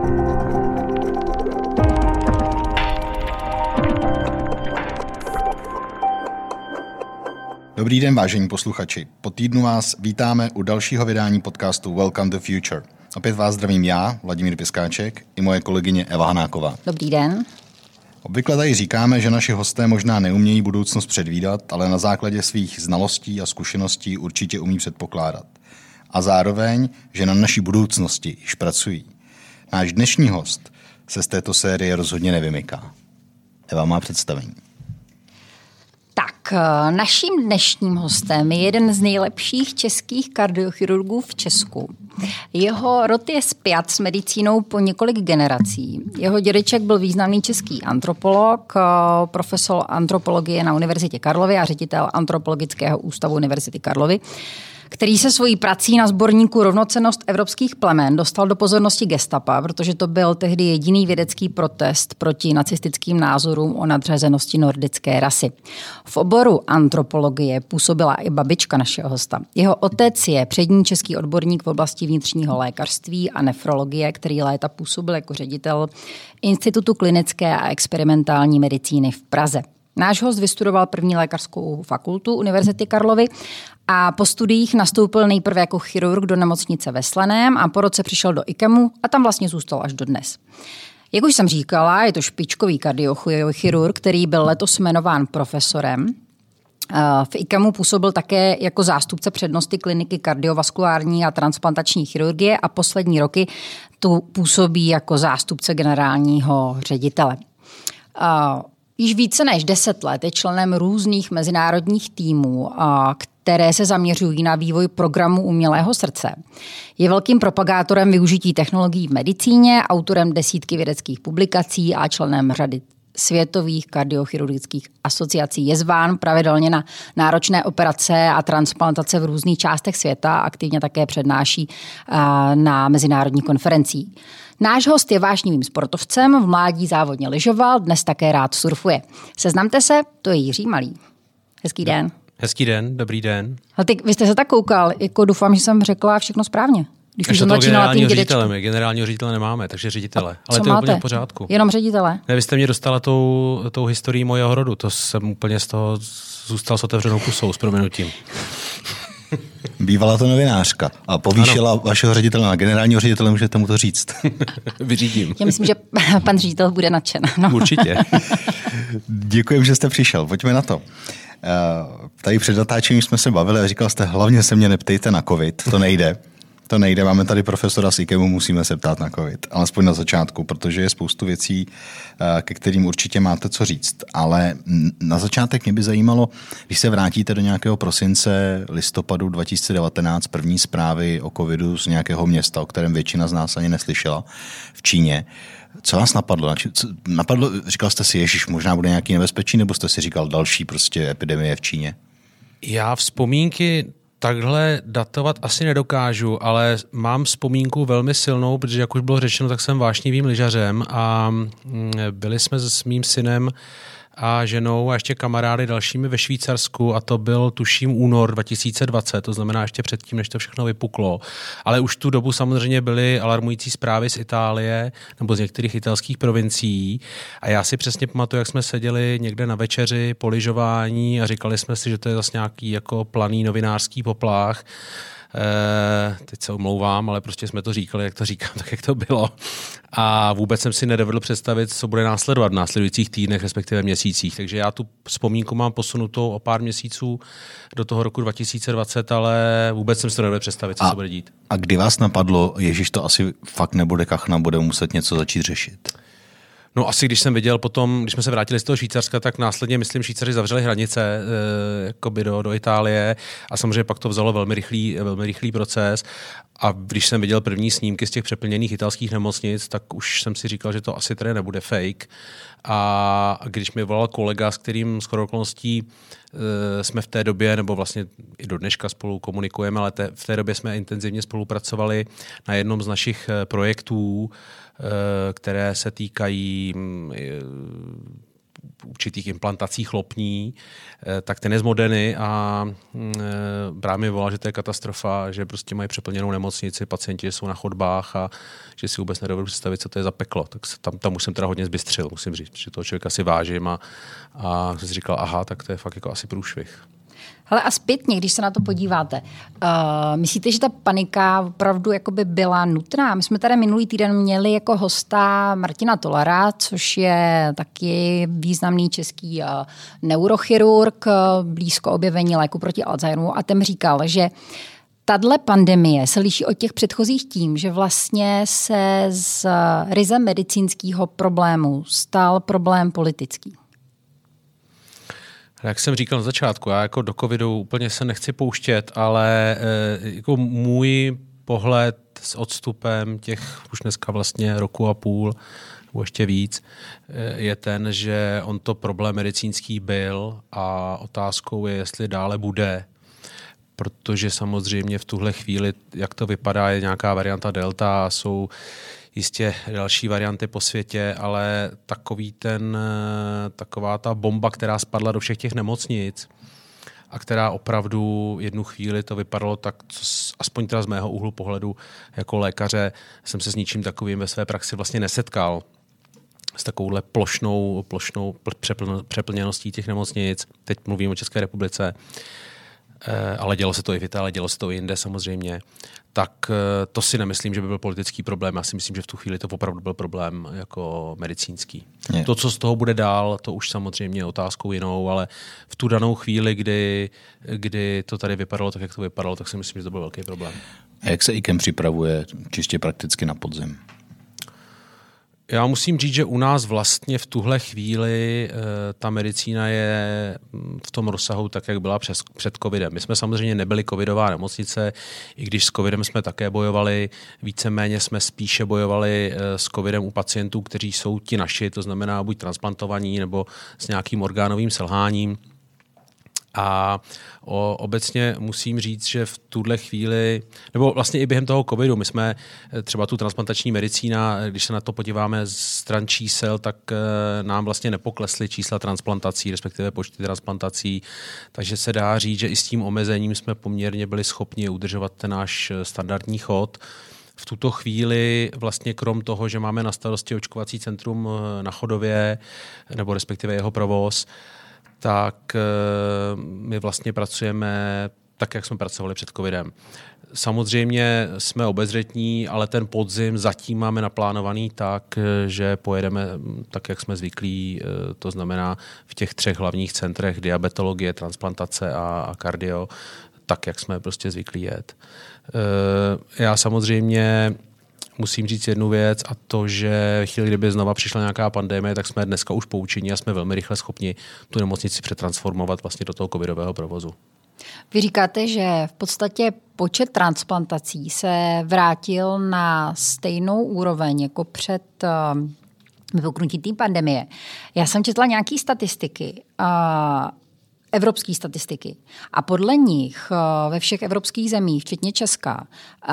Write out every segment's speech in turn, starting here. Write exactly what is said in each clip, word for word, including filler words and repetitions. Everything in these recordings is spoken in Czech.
Dobrý den, vážení posluchači. Po týdnu vás vítáme u dalšího vydání podcastu Welcome to Future. Opět vás zdravím já, Vladimír Piskáček, i moje kolegyně Eva Hanáková. Dobrý den. Obvykle tady říkáme, že naši hosté možná neumějí budoucnost předvídat, ale na základě svých znalostí a zkušeností určitě umí předpokládat. A zároveň, že na naší budoucnosti již pracují. Náš dnešní host se z této série rozhodně nevymyká. Eva má představení. Tak, naším dnešním hostem je jeden z nejlepších českých kardiochirurgů v Česku. Jeho rod je spjat s medicínou po několik generací. Jeho dědeček byl významný český antropolog, profesor antropologie na Univerzitě Karlovy a ředitel antropologického ústavu Univerzity Karlovy, který se svojí prací na sborníku Rovnocennost evropských plemen dostal do pozornosti gestapa, protože to byl tehdy jediný vědecký protest proti nacistickým názorům o nadřazenosti nordické rasy. V oboru antropologie působila i babička našeho hosta. Jeho otec je přední český odborník v oblasti vnitřního lékařství a nefrologie, který léta působil jako ředitel Institutu klinické a experimentální medicíny v Praze. Náš host vystudoval první lékařskou fakultu Univerzity Karlovy a po studiích nastoupil nejprve jako chirurg do nemocnice ve Slaném a po roce přišel do IKEMu a tam vlastně zůstal až dodnes. Jak už jsem říkala, je to špičkový kardiochirurg, který byl letos jmenován profesorem. V IKEMu působil také jako zástupce přednosti kliniky kardiovaskulární a transplantační chirurgie a poslední roky tu působí jako zástupce generálního ředitele. Již více než deset let je členem různých mezinárodních týmů, které se zaměřují na vývoj programu umělého srdce. Je velkým propagátorem využití technologií v medicíně, autorem desítky vědeckých publikací a členem řady světových kardiochirurgických asociací. Je zván pravidelně na náročné operace a transplantace v různých částech světa a aktivně také přednáší na mezinárodních konferencích. Náš host je vášnivým sportovcem, v mládí závodně lyžoval, dnes také rád surfuje. Seznamte se, to je Jiří Malý. Hezký den. Hezký den, dobrý den. Ale ty, vy jste se tak koukal, jako doufám, že jsem řekla všechno správně. Když už jsem začínala tím dědečkem. Generálního ředitele nemáme, takže ředitele. Ale to je máte? Úplně v pořádku. Jenom ředitele? Ne, vy jste mě dostala tou, tou historií mojeho rodu. To jsem úplně z toho zůstal s otevřenou pusou, s prominutím. Bývala to novinářka a povýšila ano. Vašeho ředitele na generálního ředitele, můžete mu to říct. Vyřídím. Já myslím, že pan ředitel bude nadšen. No. Určitě. Děkuji, že jste přišel. Pojďme na to. Tady před natáčením jsme se bavili a říkal jste, hlavně se mě neptejte na covid, to nejde. To nejde, máme tady profesora z IKEMu, musíme se ptát na covid, alespoň na začátku, protože je spoustu věcí, ke kterým určitě máte co říct. Ale na začátek mě by zajímalo, když se vrátíte do nějakého prosince, listopadu dva tisíce devatenáct, první zprávy o covidu z nějakého města, o kterém většina z nás ani neslyšela, v Číně. Co vás napadlo? napadlo říkal jste si, ježiš, možná bude nějaký nebezpečí, nebo jste si říkal další prostě epidemie v Číně? Já vzpomínky takhle datovat asi nedokážu, ale mám vzpomínku velmi silnou, protože jak už bylo řečeno, tak jsem vášnivým lyžařem a byli jsme s mým synem a ženou a ještě kamarády dalšími ve Švýcarsku a to byl tuším únor dva tisíce dvacet, to znamená ještě předtím, než to všechno vypuklo. Ale už tu dobu samozřejmě byly alarmující zprávy z Itálie nebo z některých italských provincií a já si přesně pamatuju, jak jsme seděli někde na večeři po lyžování a říkali jsme si, že to je zase nějaký jako planý novinářský poplach. Eh, teď se omlouvám, ale prostě jsme to říkali, jak to říkám, tak jak to bylo. A vůbec jsem si nedovedl představit, co bude následovat v následujících týdnech, respektive měsících. Takže já tu vzpomínku mám posunutou o pár měsíců do toho roku dva tisíce dvacet, ale vůbec jsem si to nedovedl představit, co a, se bude dít. A kdy vás napadlo, ježiš, to asi fakt nebude kachna, bude muset něco začít řešit? No asi když jsem viděl potom, když jsme se vrátili z toho Švýcarska, tak následně, myslím, Švýcaři zavřeli hranice e, jakoby do, do Itálie a samozřejmě pak to vzalo velmi rychlý, velmi rychlý proces a když jsem viděl první snímky z těch přeplněných italských nemocnic, tak už jsem si říkal, že to asi tady nebude fake. A když mi volal kolega, s kterým shodou okolností e, jsme v té době, nebo vlastně i do dneška spolu komunikujeme, ale te, v té době jsme intenzivně spolupracovali na jednom z našich projektů, které se týkají určitých implantací chlopní, tak ten je z Modeny a Brám mi volá, že to je katastrofa, že prostě mají přeplněnou nemocnici, pacienti jsou na chodbách a že si vůbec nedovedu představit, co to je za peklo. Tak tam, tam už jsem teda hodně zbystřil, musím říct, že toho člověka si vážím a, a jsem si říkal, aha, tak to je fakt jako asi průšvih. Hele, a zpětně, když se na to podíváte, uh, myslíte, že ta panika opravdu jakoby byla nutná? My jsme tady minulý týden měli jako hosta Martina Tolara, což je taky významný český uh, neurochirurg, uh, blízko objevení léku proti Alzheimeru, a ten říkal, že tahle pandemie se liší od těch předchozích tím, že vlastně se z ryze medicínského problému stal problém politický. Jak jsem říkal na začátku, já jako do covidu úplně se nechci pouštět, ale jako můj pohled s odstupem těch už dneska vlastně roku a půl, nebo ještě víc, je ten, že on to problém medicínský byl a otázkou je, jestli dále bude, protože samozřejmě v tuhle chvíli, jak to vypadá, je nějaká varianta Delta a jsou jistě další varianty po světě, ale takový ten, taková ta bomba, která spadla do všech těch nemocnic a která opravdu jednu chvíli to vypadalo tak, co, aspoň teda z mého úhlu pohledu jako lékaře, jsem se s ničím takovým ve své praxi vlastně nesetkal. S takovouhle plošnou, plošnou přeplněností těch nemocnic. Teď mluvím o České republice. Ale dělo se to i v Itálii, dělo se to i jinde samozřejmě, tak to si nemyslím, že by byl politický problém. Já si myslím, že v tu chvíli to opravdu byl problém jako medicínský. Je. To, co z toho bude dál, to už samozřejmě je otázkou jinou, ale v tu danou chvíli, kdy, kdy to tady vypadalo tak, jak to vypadalo, tak si myslím, že to byl velký problém. A jak se I K E M připravuje čistě prakticky na podzim? Já musím říct, že u nás vlastně v tuhle chvíli e, ta medicína je v tom rozsahu tak, jak byla přes, před covidem. My jsme samozřejmě nebyli covidová nemocnice, i když s covidem jsme také bojovali, víceméně jsme spíše bojovali e, s covidem u pacientů, kteří jsou ti naši, to znamená buď transplantovaní nebo s nějakým orgánovým selháním. A o, obecně musím říct, že v tuhle chvíli, nebo vlastně i během toho covidu, my jsme třeba tu transplantační medicína, když se na to podíváme z stran čísel, tak e, nám vlastně nepoklesly čísla transplantací, respektive počty transplantací, takže se dá říct, že i s tím omezením jsme poměrně byli schopni udržovat ten náš standardní chod. V tuto chvíli vlastně krom toho, že máme na starosti očkovací centrum na Chodově, nebo respektive jeho provoz, tak my vlastně pracujeme tak, jak jsme pracovali před covidem. Samozřejmě jsme obezřetní, ale ten podzim zatím máme naplánovaný tak, že pojedeme tak, jak jsme zvyklí, to znamená v těch třech hlavních centrech diabetologie, transplantace a, a kardio, tak, jak jsme prostě zvyklí jet. Já samozřejmě musím říct jednu věc, a to, že chvíli, kdyby znova přišla nějaká pandemie, tak jsme dneska už poučení a jsme velmi rychle schopni tu nemocnici přetransformovat vlastně do toho covidového provozu. Vy říkáte, že v podstatě počet transplantací se vrátil na stejnou úroveň jako před vypuknutí té pandemie. Já jsem četla nějaké statistiky, evropské statistiky, a podle nich ve všech evropských zemích, včetně Česka,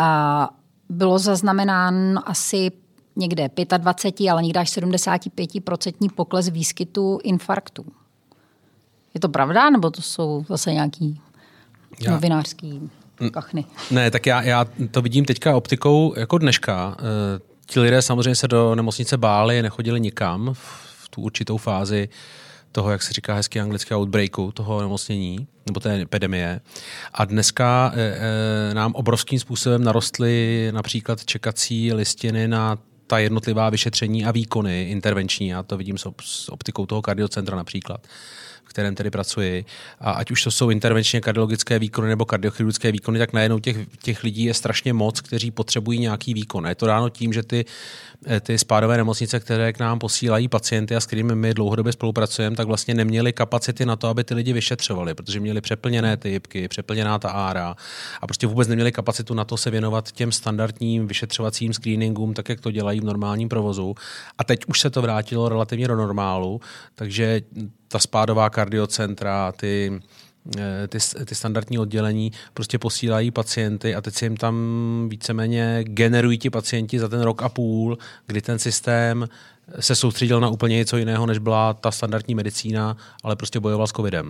bylo zaznamenán asi někde dvacet pět, ale někde až sedmdesát pět procent pokles výskytu infarktů. Je to pravda, nebo to jsou zase nějaký já. novinářský kachny? Ne, tak já, já to vidím teďka optikou jako dneška. Ti lidé samozřejmě se do nemocnice báli, nechodili nikam v tu určitou fázi toho, jak se říká hezky anglicky, outbreaku, toho nemocnění, nebo té epidemie. A dneska e, e, nám obrovským způsobem narostly například čekací listiny na ta jednotlivá vyšetření a výkony intervenční. Já to vidím s, op, s optikou toho kardiocentra například, v kterém tedy pracuji. A ať už to jsou intervenčně kardiologické výkony nebo kardiochirurgické výkony, tak najednou těch, těch lidí je strašně moc, kteří potřebují nějaký výkon. A je to dáno tím, že ty, ty spádové nemocnice, které k nám posílají pacienty a s kterými my dlouhodobě spolupracujeme, tak vlastně neměly kapacity na to, aby ty lidi vyšetřovali, protože měli přeplněné ty jipky, přeplněná ta ára a prostě vůbec neměli kapacitu na to se věnovat těm standardním vyšetřovacím screeningům, tak jak to dělají v normálním provozu. A teď už se to vrátilo relativně do normálu, takže ta spádová kardiocentra, ty ty, ty standardní oddělení prostě posílají pacienty a teď si jim tam víceméně generují ti pacienti za ten rok a půl, kdy ten systém se soustředil na úplně něco jiného, než byla ta standardní medicína, ale prostě bojoval s covidem.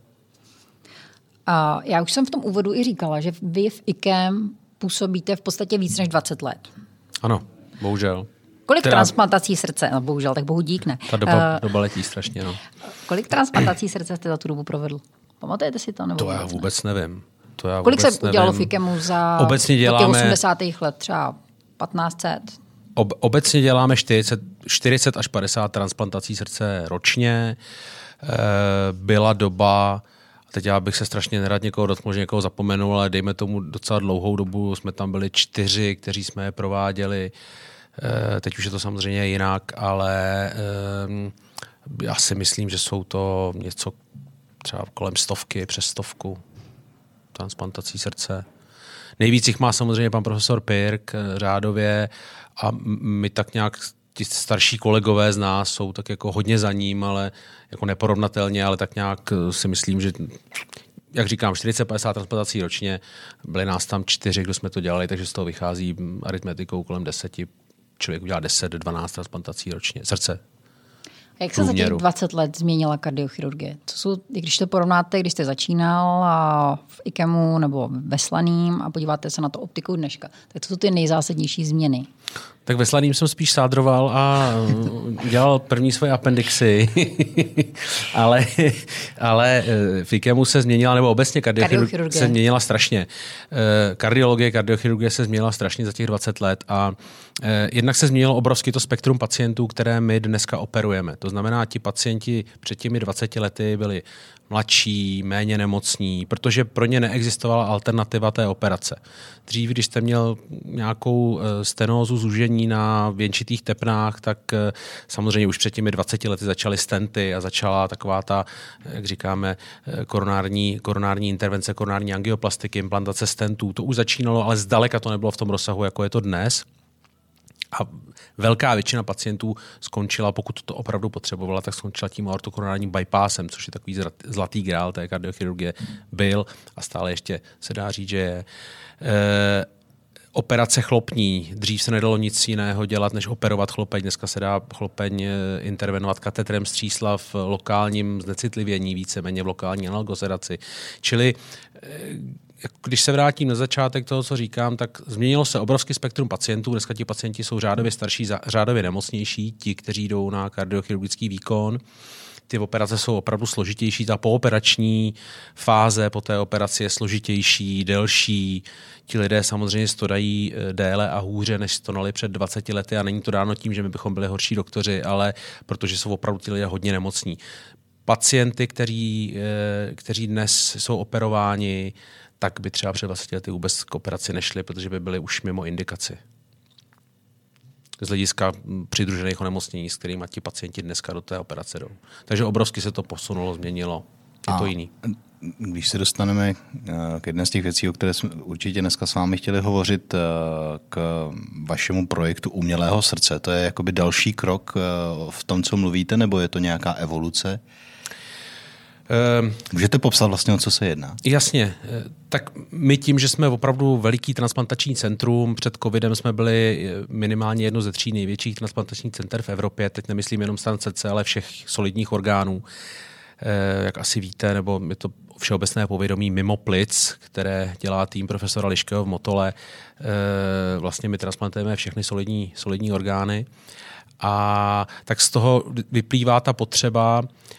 A já už jsem v tom úvodu i říkala, že vy v I K E M působíte v podstatě víc než dvacet let. Ano, bohužel. Kolik Teda, transplantací srdce, no bohužel, tak bohu dík ne. Ta doba, uh, doba letí strašně, no. Kolik transplantací srdce jste za tu dobu provedl? Pamatujete si to? Nebo to já vůbec ne? nevím. To já Kolik vůbec se udělalo nevím. v I K E M U za Obecně děláme, těch osmdesátých let? Třeba patnáct set? Ob, obecně děláme čtyřicet, čtyřicet až padesát transplantací srdce ročně. E, byla doba, teď já bych se strašně nerad někoho dotknul, že někoho zapomenul, ale dejme tomu docela dlouhou dobu, jsme tam byli čtyři, kteří jsme je prováděli. E, teď už je to samozřejmě jinak, ale e, já si myslím, že jsou to něco třeba kolem stovky, přes stovku transplantací srdce. Nejvíc jich má samozřejmě pan profesor Pirk řádově a my tak nějak, ti starší kolegové z nás jsou tak jako hodně za ním, ale jako neporovnatelně, ale tak nějak si myslím, že jak říkám, čtyřicet padesát transplantací ročně, byli nás tam čtyři, kdo jsme to dělali, takže z toho vychází aritmetikou kolem deseti. Člověk udělá deset dvanáct transplantací ročně. Srdce. A jak se za těch dvacet let změnila kardiochirurgie? Co jsou, když to porovnáte, když jste začínal a v I K E M U nebo ve Slaným a podíváte se na to optikou dneška, tak to jsou ty nejzásadnější změny. Tak ve Slaným jsem spíš sádroval a dělal první svoje appendixy, ale, ale v I K E M U se změnila, nebo obecně kardiochirurgie se změnila strašně. Kardiologie, kardiochirurgie se změnila strašně za těch dvacet let a jednak se změnilo obrovsky to spektrum pacientů, které my dneska operujeme. To znamená, ti pacienti před těmi dvaceti lety byli mladší, méně nemocní, protože pro ně neexistovala alternativa té operace. Dřív, když jste měl nějakou stenózu zúžení na věnčitých tepnách, tak samozřejmě už před těmi dvaceti lety začaly stenty a začala taková ta, jak říkáme, koronární, koronární intervence, koronární angioplastiky, implantace stentů. To už začínalo, ale zdaleka to nebylo v tom rozsahu, jako je to dnes. A velká většina pacientů skončila, pokud to opravdu potřebovala, tak skončila tím aortokoronárním bypassem, což je takový zlatý grál té kardiochirurgie byl a stále ještě se dá říct, že je. E, operace chlopní. Dřív se nedalo nic jiného dělat, než operovat chlopeň. Dneska se dá chlopeň intervenovat katetrem z třísla v lokálním znecitlivění, víceméně v lokální analgosedaci. Čili když se vrátím na začátek toho, co říkám, tak změnilo se obrovský spektrum pacientů. Dneska ti pacienti jsou řádově starší, řádově nemocnější, ti, kteří jdou na kardiochirurgický výkon. Ty operace jsou opravdu složitější. Ta pooperační fáze po té operaci je složitější, delší. Ti lidé samozřejmě stodají déle a hůře, než stonali před dvaceti lety a není to dáno tím, že my bychom byli horší doktoři, ale protože jsou opravdu ti lidé hodně nemocní. Pacienty, kteří, kteří dnes jsou operováni, tak by třeba před dvaceti lety vůbec k operaci nešli, protože by byli už mimo indikaci. Z hlediska přidružených onemocnění, s kterými ti pacienti dneska do té operace jdou. Takže obrovsky se to posunulo, změnilo. Je to jiný. Když se dostaneme k jedné z těch věcí, o které jsme určitě dneska s vámi chtěli hovořit, k vašemu projektu umělého srdce, to je jakoby další krok v tom, co mluvíte, nebo je to nějaká evoluce? Můžete popsat vlastně, o co se jedná? Jasně. Tak my tím, že jsme opravdu veliký transplantační centrum, před covidem jsme byli minimálně jedno ze tří největších transplantačních center v Evropě, teď nemyslím jenom stan srdce, ale všech solidních orgánů. Jak asi víte, nebo je to všeobecné povědomí mimo plic, které dělá tým profesora Liškého v Motole. Vlastně my transplantujeme všechny solidní, solidní orgány. A tak z toho vyplývá ta potřeba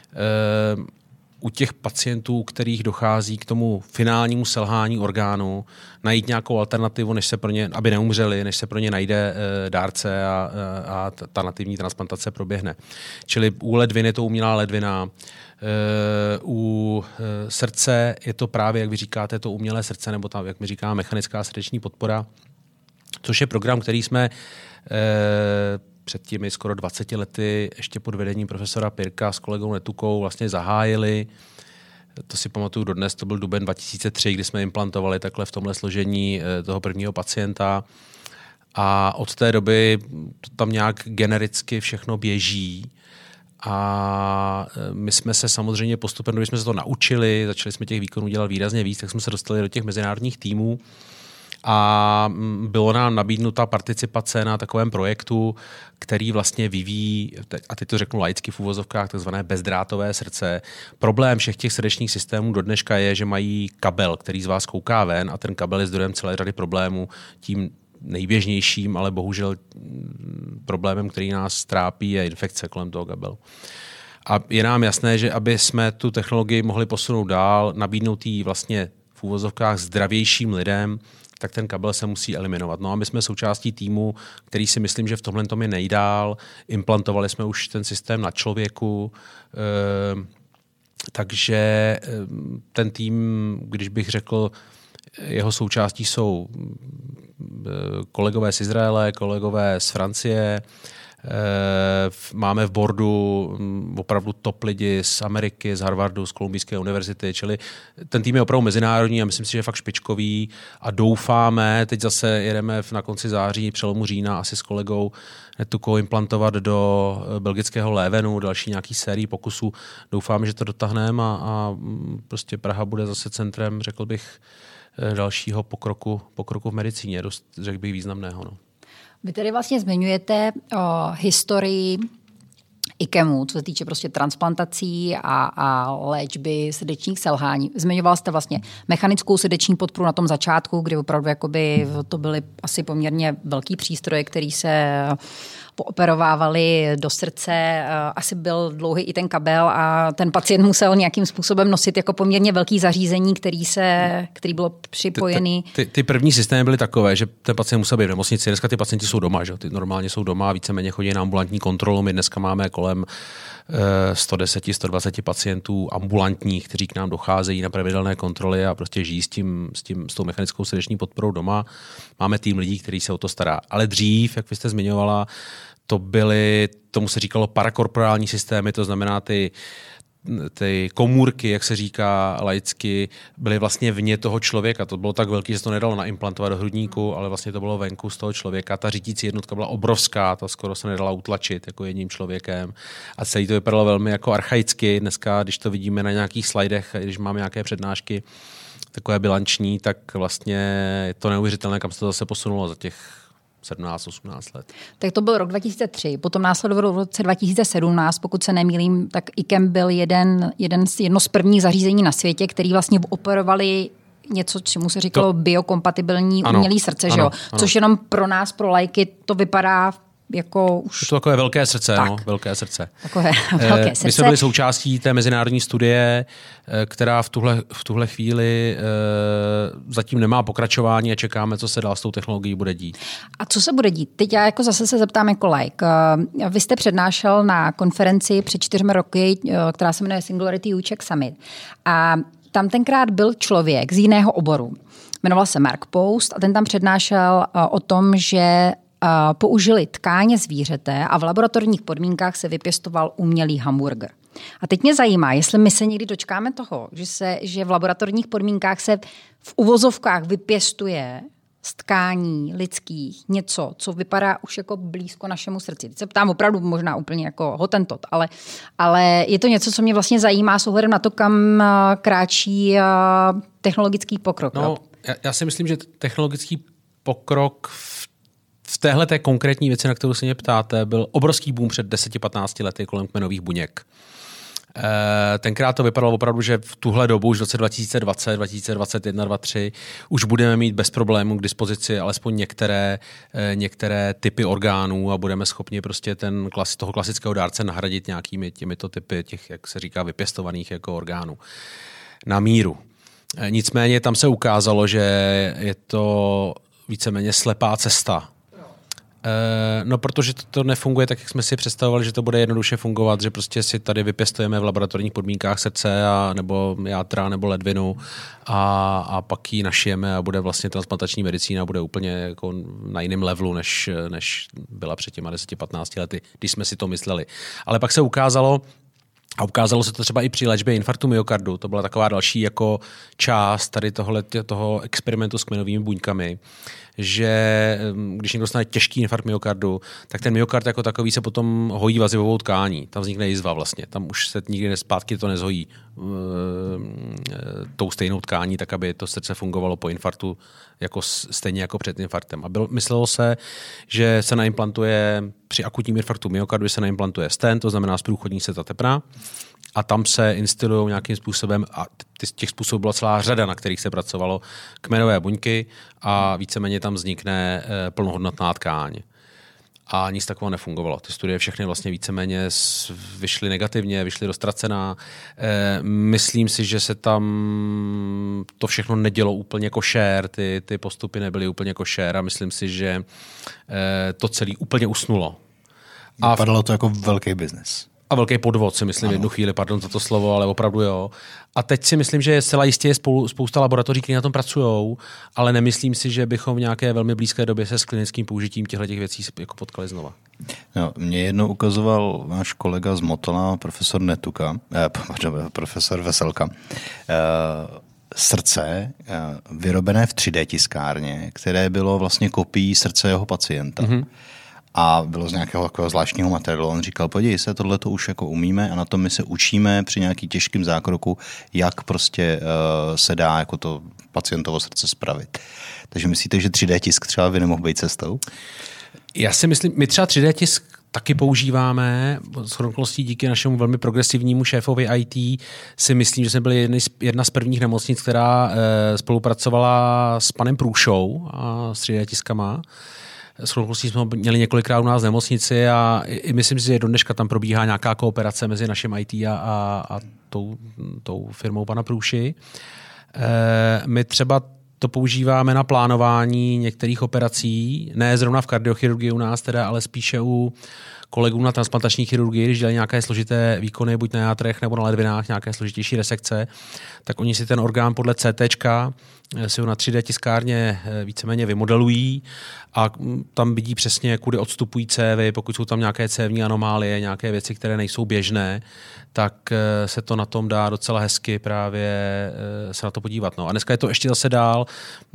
u těch pacientů, kterých dochází k tomu finálnímu selhání orgánu, najít nějakou alternativu, než se pro ně, aby neumřeli, než se pro ně najde e, dárce a, a ta nativní transplantace proběhne. Čili u ledvin je to umělá ledvina, e, u e, srdce je to právě, jak vy říkáte, to umělé srdce, nebo tam, jak my říkáme, mechanická srdeční podpora, což je program, který jsme e, před těmi skoro dvaceti lety ještě pod vedením profesora Pirka s kolegou Netukou vlastně zahájili. To si pamatuju dodnes, to byl duben dva tisíce tři, kdy jsme implantovali takhle v tomhle složení toho prvního pacienta. A od té doby to tam nějak genericky všechno běží. A my jsme se samozřejmě postupem, když jsme se to naučili, začali jsme těch výkonů dělat výrazně víc, tak jsme se dostali do těch mezinárodních týmů a bylo nám nabídnuta participace na takovém projektu, který vlastně vyvíjí, a teď to řeknu laicky v uvozovkách, takzvané bezdrátové srdce. Problém všech těch srdečních systémů do dneška je, že mají kabel, který z vás kouká ven a ten kabel je zdrojem celé řady problémů. Tím nejběžnějším, ale bohužel problémem, který nás trápí, je infekce kolem toho kabelu. A je nám jasné, že aby jsme tu technologii mohli posunout dál, nabídnout ji vlastně v úvozovkách zdravějším lidem, tak ten kabel se musí eliminovat. No a my jsme součástí týmu, který si myslím, že v tomhle tom je nejdál. Implantovali jsme už ten systém na člověku, e, takže ten tým, když bych řekl, jeho součástí jsou kolegové z Izraele, kolegové z Francie, máme v boardu opravdu top lidi z Ameriky, z Harvardu, z Kolumbijské univerzity, čili ten tým je opravdu mezinárodní a myslím si, že je fakt špičkový a doufáme, teď zase jedeme na konci září, přelomu října asi s kolegou Netukou implantovat do belgického Levenu, další nějaký sérii pokusů. Doufáme, že to dotáhneme a, a prostě Praha bude zase centrem, řekl bych, dalšího pokroku, pokroku v medicíně, dost, řekl bych, významného. No. Vy tedy vlastně zmiňujete o historii IKEMu, co se týče prostě transplantací a, a léčby srdečních selhání. Zmiňoval jste vlastně mechanickou srdeční podporu na tom začátku, kdy opravdu jakoby to byly asi poměrně velký přístroje, který se pooperovávali do srdce. Asi byl dlouhý i ten kabel a ten pacient musel nějakým způsobem nosit jako poměrně velký zařízení, který, se, který bylo připojený. Ty, ty, ty první systémy byly takové, že ten pacient musel být v nemocnici. Dneska ty pacienti jsou doma, že? Ty normálně jsou doma, víceméně chodí na ambulantní kontrolu. My dneska máme kolem sto deset, sto dvacet pacientů ambulantních, kteří k nám docházejí na pravidelné kontroly a prostě žijí s, tím, s, tím, s tou mechanickou srdeční podporou doma. Máme tým lidí, který se o to stará. Ale dřív, jak vy jste zmiňovala, to byly, tomu se říkalo parakorporální systémy, to znamená ty, ty komůrky, jak se říká laicky, byly vlastně vně toho člověka. To bylo tak velký, že se to nedalo naimplantovat do hrudníku, ale vlastně to bylo venku z toho člověka. Ta řídící jednotka byla obrovská, ta skoro se nedala utlačit jako jedním člověkem. A celý to vypadalo velmi jako archaicky. Dneska, když to vidíme na nějakých slajdech, když máme nějaké přednášky takové bilanční, tak vlastně je to neuvěřitelné, kam se to zase posunulo za těch sedmnáct osmnáct let. Tak to byl rok dva tisíce tři, potom následovalo v roce dva tisíce sedmnáct, pokud se nemýlím, tak IKEM byl jeden, jeden z, jedno z prvních zařízení na světě, který vlastně operovali něco, čemu se říkalo to... biokompatibilní ano, umělý srdce, ano, že jo? Ano. Což jenom pro nás, pro laiky, to vypadá jako už... Je to takové velké srdce, tak. no, velké srdce. Takové velké srdce. My jsme byli součástí té mezinárodní studie, která v tuhle, v tuhle chvíli zatím nemá pokračování a čekáme, co se dál s tou technologií bude dít. A co se bude dít? Teď já jako zase se zeptám jako laik. Vy jste přednášel na konferenci před čtyřmi roky, která se jmenuje Singularity U-Check Summit. A tam tenkrát byl člověk z jiného oboru. Jmenoval se Mark Post a ten tam přednášel o tom, že použili tkáně zvířete a v laboratorních podmínkách se vypěstoval umělý hamburger. A teď mě zajímá, jestli my se někdy dočkáme toho, že, se, že v laboratorních podmínkách se v uvozovkách vypěstuje z tkání lidských něco, co vypadá už jako blízko našemu srdci. Teď se ptám opravdu možná úplně jako hotentot, ale, ale je to něco, co mě vlastně zajímá s ohledem na to, kam kráčí technologický pokrok. No, já, já si myslím, že technologický pokrok v V téhle té konkrétní věci, na kterou se mě ptáte, byl obrovský boom před deseti patnácti lety kolem kmenových buněk. E, tenkrát to vypadalo opravdu, že v tuhle dobu, už v roce dva tisíce dvacet, dva tisíce dvacet jedna, dva tisíce dvacet tři, už budeme mít bez problémů k dispozici alespoň některé, e, některé typy orgánů a budeme schopni prostě ten klas, toho klasického dárce nahradit nějakými těmito typy těch, jak se říká, vypěstovaných jako orgánů na míru. E, nicméně tam se ukázalo, že je to víceméně slepá cesta. No, protože to, to nefunguje tak, jak jsme si představovali, že to bude jednoduše fungovat, že prostě si tady vypěstujeme v laboratorních podmínkách srdce a, nebo játra nebo ledvinu a, a pak ji našijeme a bude vlastně transplantační medicína bude úplně jako na jiném levelu, než, než byla před těma deseti patnácti lety, když jsme si to mysleli. Ale pak se ukázalo, A ukázalo se to třeba i při léčbě infarktu myokardu. To byla taková další jako část tady tohle, toho experimentu s kmenovými buňkami, že když někdo dostane těžký infarkt myokardu, tak ten myokard jako takový se potom hojí vazivovou tkání. Tam vznikne jizva vlastně. Tam už se nikdy zpátky to nezhojí e, tou stejnou tkání, tak aby to srdce fungovalo po infarktu jako stejně jako před infarktem. A bylo, myslelo se, že se naimplantuje při akutním infarktu myokardu, se naimplantuje stent, to znamená zprůchodní se ta tepna, a tam se instilují nějakým způsobem, a těch způsobů byla celá řada, na kterých se pracovalo, kmenové buňky a víceméně tam vznikne plnohodnotná tkáň. A nic takového nefungovalo. Ty studie všechny vlastně víceméně vyšly negativně, vyšly roztracená. E, myslím si, že se tam to všechno nedělo úplně košer, ty, ty postupy nebyly úplně košer a myslím si, že e, to celé úplně usnulo. A vypadalo to jako velký biznes. A velký podvod, si myslím, v jednu chvíli, pardon za to slovo, ale opravdu jo. A teď si myslím, že zcela jistě je spolu, spousta laboratoří, které na tom pracují, ale nemyslím si, že bychom v nějaké velmi blízké době se s klinickým použitím těchto věcí jako potkali znova. No, mě jednou ukazoval náš kolega z Motola, profesor Netuka, eh, pardon, profesor Veselka, eh, srdce eh, vyrobené v tři dé tiskárně, které bylo vlastně kopií srdce jeho pacienta. Mm-hmm. A bylo z nějakého takového zvláštního materiálu. On říkal, podívej se, tohle to už jako umíme a na tom my se učíme při nějaký těžkým zákroku, jak prostě uh, se dá jako to pacientovo srdce spravit. Takže myslíte, že tři dé tisk třeba by nemohl být cestou? Já si myslím, my třeba tři dé tisk taky používáme, s okolností díky našemu velmi progresivnímu šéfovi í té si myslím, že jsme byli jedna z prvních nemocnic, která eh, spolupracovala s panem Průšou a s tři dé tiskama. S okolností jsme měli několikrát u nás v nemocnici a i myslím si, že do dneška tam probíhá nějaká kooperace mezi naším í té a, a, a tou, tou firmou pana Průši. E, my třeba to používáme na plánování některých operací, ne zrovna v kardiochirurgii u nás, teda, ale spíše u kolegů na transplantační chirurgii, když dělají nějaké složité výkony, buď na játrech nebo na ledvinách, nějaké složitější resekce, tak oni si ten orgán podle cé téčka si ho na tři dé tiskárně víceméně vymodelují a tam vidí přesně, kudy odstupují cévy, pokud jsou tam nějaké cévní anomálie, nějaké věci, které nejsou běžné, tak se to na tom dá docela hezky právě se na to podívat. No. A dneska je to ještě zase dál.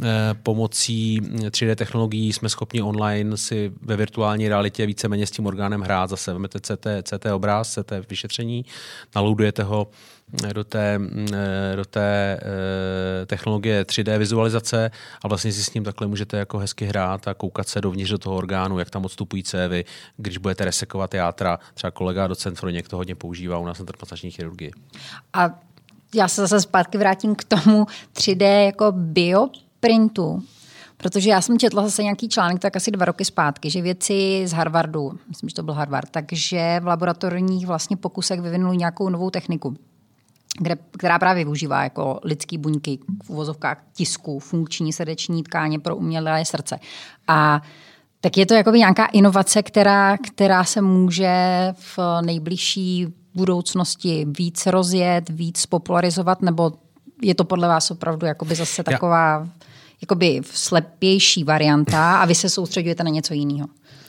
Pomocí tři dé technologií jsme schopni online si ve virtuální realitě víceméně s tím orgánem hrát. Zase vezmete cé té, cé té obraz, cé té vyšetření, naloadujete ho do té, do té technologie tři dé vizualizace a vlastně si s ním takhle můžete jako hezky hrát a koukat se dovnitř do toho orgánu, jak tam odstupují cévy, když budete resekovat játra. Třeba kolega docent Froněk to hodně používá u nás na transplantační chirurgii. A já se zase zpátky vrátím k tomu tři dé jako bioprintu, protože já jsem četla zase nějaký článek, tak asi dva roky zpátky, že vědci z Harvardu, myslím, že to byl Harvard, takže v laboratorních vlastně pokusech vyvinuli nějakou novou techniku, Kde, která právě využívá jako lidský buňky v uvozovkách tisku, funkční srdeční tkáně pro umělé srdce. A tak je to jakoby nějaká inovace, která, která se může v nejbližší budoucnosti víc rozjet, víc popularizovat, nebo je to podle vás opravdu jakoby zase taková jakoby slepější varianta a vy se soustředujete na něco jiného?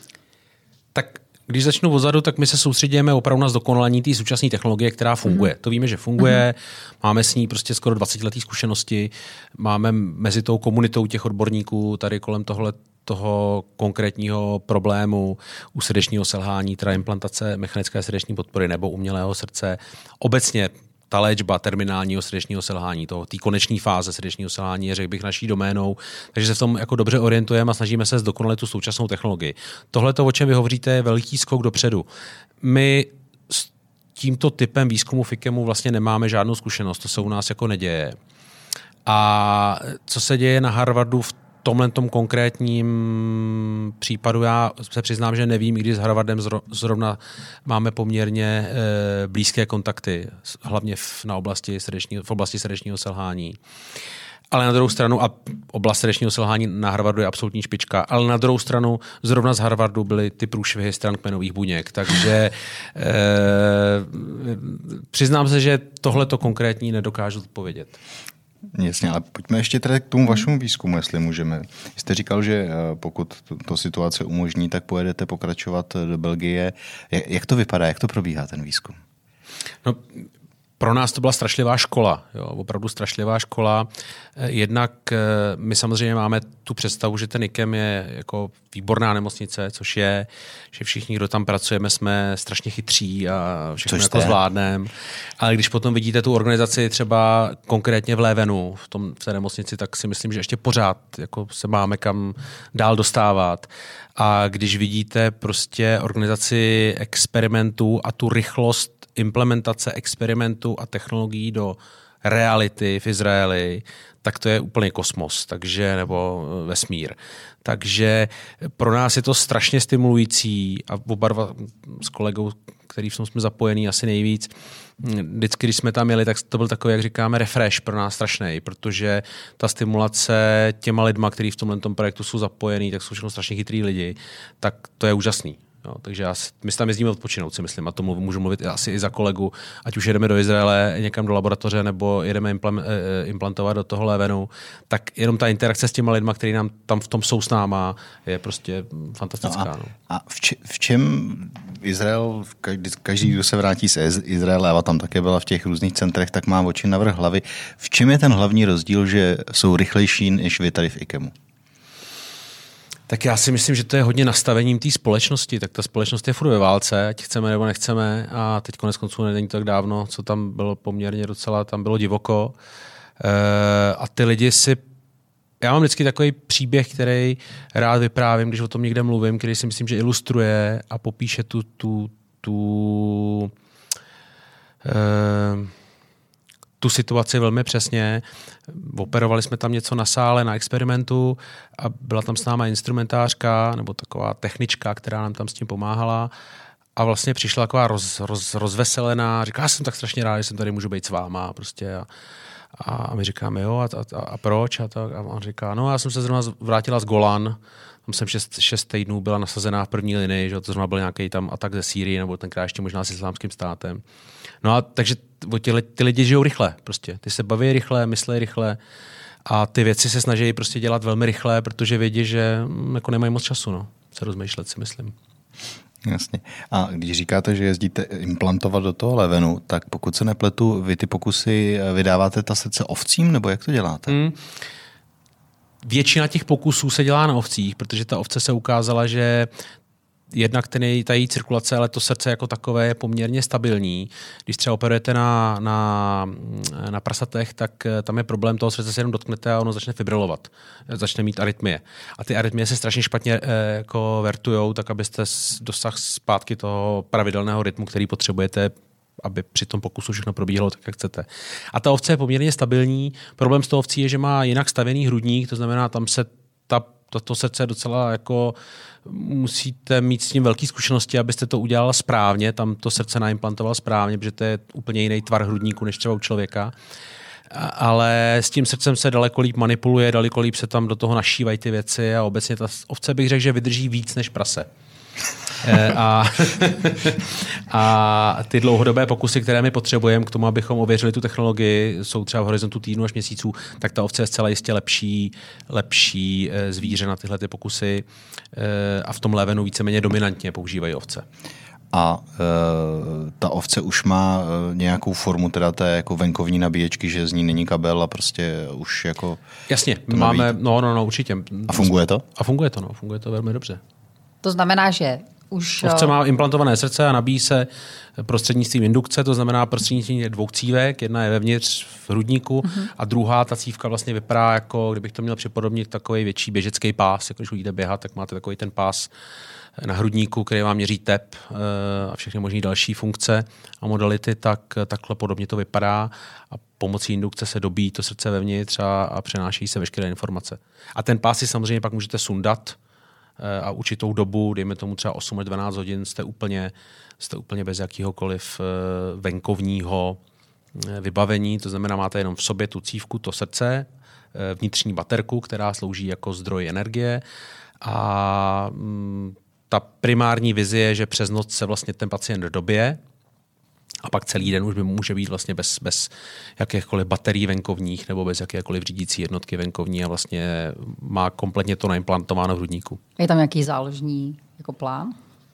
Tak když začnu odzadu, tak my se soustředíme opravdu na zdokonalení té současné technologie, která funguje. Mm-hmm. To víme, že funguje, mm-hmm. máme s ní prostě skoro dvacetileté zkušenosti, máme mezi tou komunitou těch odborníků tady kolem tohle toho konkrétního problému u srdečního selhání, teda implantace mechanické srdeční podpory nebo umělého srdce. Obecně ta léčba terminálního srdečního selhání, té konečné fáze srdečního selhání je, řekl bych, naší doménou, takže se v tom jako dobře orientujeme a snažíme se zdokonalit tu současnou technologii. Tohle, o čem vy hovoříte, je velký skok dopředu. My s tímto typem výzkumu FIKEMu vlastně nemáme žádnou zkušenost, to se u nás jako neděje. A co se děje na Harvardu v tomhle tom konkrétním případu, já se přiznám, že nevím, i když s Harvardem zrovna máme poměrně e, blízké kontakty, hlavně v, na oblasti srdečního, v oblasti srdečního selhání. Ale na druhou stranu, a oblast srdečního selhání na Harvardu je absolutní špička, ale na druhou stranu zrovna z Harvardu byly ty průšvihy stran kmenových buněk. Takže e, přiznám se, že tohleto konkrétní nedokážu odpovědět. Jasně, ale pojďme ještě tedy k tomu vašemu výzkumu, jestli můžeme. Jste říkal, že pokud to situace umožní, tak pojedete pokračovat do Belgie. Jak to vypadá, jak to probíhá ten výzkum? No, pro nás to byla strašlivá škola, jo, opravdu strašlivá škola. Jednak my samozřejmě máme tu představu, že ten IKEM je jako výborná nemocnice, což je, že všichni, kdo tam pracujeme, jsme strašně chytří a všechno což jako zvládneme. Ale když potom vidíte tu organizaci třeba konkrétně v Levenu, v, tom, v té nemocnici, tak si myslím, že ještě pořád jako se máme kam dál dostávat. A když vidíte prostě organizaci experimentů a tu rychlost implementace experimentů a technologií do reality v Izraeli, tak to je úplně kosmos, takže nebo vesmír. Takže pro nás je to strašně stimulující a oba dva s kolegou, který v tom jsme zapojení asi nejvíc, vždycky, když jsme tam jeli, tak to byl takový, jak říkáme, refresh pro nás strašný, protože ta stimulace těma lidma, kteří v tomhle projektu jsou zapojení, tak jsou všechno strašně chytrý lidi, tak to je úžasný. No, takže já, my tam jezdíme odpočinout, si myslím, a to mluv, můžu mluvit asi i za kolegu, ať už jedeme do Izraele někam do laboratoře nebo jedeme implant, implantovat do toho Levenu, tak jenom ta interakce s těma lidma, kteří nám tam v tom jsou s náma, je prostě fantastická. No a, no. a v, či, v čem Izrael, každý, každý, kdo se vrátí z Izraele, a tam také byla v těch různých centrech, tak má oči navrch hlavy. V čem je ten hlavní rozdíl, že jsou rychlejší než vy tady v IKEMu? Tak já si myslím, že to je hodně nastavením té společnosti. Tak ta společnost je furt ve válce, ať chceme nebo nechceme. A teď konec konců není to tak dávno, co tam bylo poměrně docela, tam bylo divoko. E, a ty lidi si... Já mám vždycky takový příběh, který rád vyprávím, když o tom někde mluvím, který si myslím, že ilustruje a popíše tu... tu, tu e, tu situaci velmi přesně. Operovali jsme tam něco na sále, na experimentu a byla tam s náma instrumentářka nebo taková technička, která nám tam s tím pomáhala a vlastně přišla taková roz, roz, rozveselená, říká, já jsem tak strašně rád, že jsem tady můžu být s váma prostě a, a my říkáme, jo, a, a, a proč? A, tak, a on říká, no já jsem se zrovna vrátila z Golan, tam jsem šest, šest týdnů byla nasazená v první linii, že to zrovna byl nějaký tam atak ze Sýrie, nebo tenkrát ještě možná s Islámským státem. No a takže ty, ty lidi žijou rychle, prostě. Ty se baví rychle, myslí rychle a ty věci se snaží prostě dělat velmi rychle, protože vědí, že jako nemají moc času, no, se rozmýšlet, si myslím. Jasně. A když říkáte, že jezdíte implantovat do toho Levenu, tak pokud se nepletu, vy ty pokusy vydáváte ta srdce ovcím, nebo jak to děláte? Hmm. Většina těch pokusů se dělá na ovcích, protože ta ovce se ukázala, že jednak ten její, ta její cirkulace, ale to srdce jako takové je poměrně stabilní. Když třeba operujete na, na, na prasatech, tak tam je problém, toho srdce se jenom dotknete a ono začne fibrilovat. Začne mít arytmie. A ty arytmie se strašně špatně eh, jako vertujou, tak abyste dosáhl zpátky toho pravidelného rytmu, který potřebujete, aby při tom pokusu všechno probíhalo tak, jak chcete. A ta ovce je poměrně stabilní. Problém s tou ovcí je, že má jinak stavěný hrudník, to znamená, tam se ta, to, to srdce docela jako musíte mít s tím velké zkušenosti, abyste to udělala správně, tam to srdce naimplantoval správně, protože to je úplně jiný tvar hrudníku než třeba u člověka. Ale s tím srdcem se daleko líp manipuluje, daleko líp se tam do toho našívají ty věci a obecně ta ovce bych řekl, že vydrží víc než prase. a, a ty dlouhodobé pokusy, které my potřebujeme k tomu, abychom ověřili tu technologii, jsou třeba v horizontu týdnu až měsíců, tak ta ovce je zcela jistě lepší, lepší zvíře na tyhle ty pokusy a v tom Levenu víceméně dominantně používají ovce. A e, ta ovce už má e, nějakou formu teda té jako venkovní nabíječky, že z ní není kabel a prostě už jako... Jasně, máme, no, no, no, určitě. A funguje to? A funguje to, no, funguje to velmi dobře. To znamená, že už... Ovce má implantované srdce a nabíjí se prostřednictvím indukce, to znamená prostřednictvím dvou cívek, jedna je vevnitř v hrudníku uh-huh. a druhá, ta cívka vlastně vypadá jako, kdybych to měl připodobnit, takový větší běžecký pás, jako když jdete běhat, tak máte takový ten pás na hrudníku, který vám měří tep a všechny možné další funkce a modality, tak takhle podobně to vypadá a pomocí indukce se dobíjí to srdce vevnitř a, a přenáší se veškeré informace. A ten pás si samozřejmě pak můžete sundat a určitou dobu, dejme tomu třeba osm až dvanáct hodin, jste úplně, jste úplně bez jakýhokoliv venkovního vybavení, to znamená, máte jenom v sobě tu cívku, to srdce, vnitřní baterku, která slouží jako zdroj energie a ta primární vize je, že přes noc se vlastně ten pacient dobije a pak celý den už by může být vlastně bez, bez jakékoliv baterií venkovních nebo bez jakékoliv řídící jednotky venkovní a vlastně má kompletně to naimplantováno v hrudníku. Je tam nějaký záložní jako plán?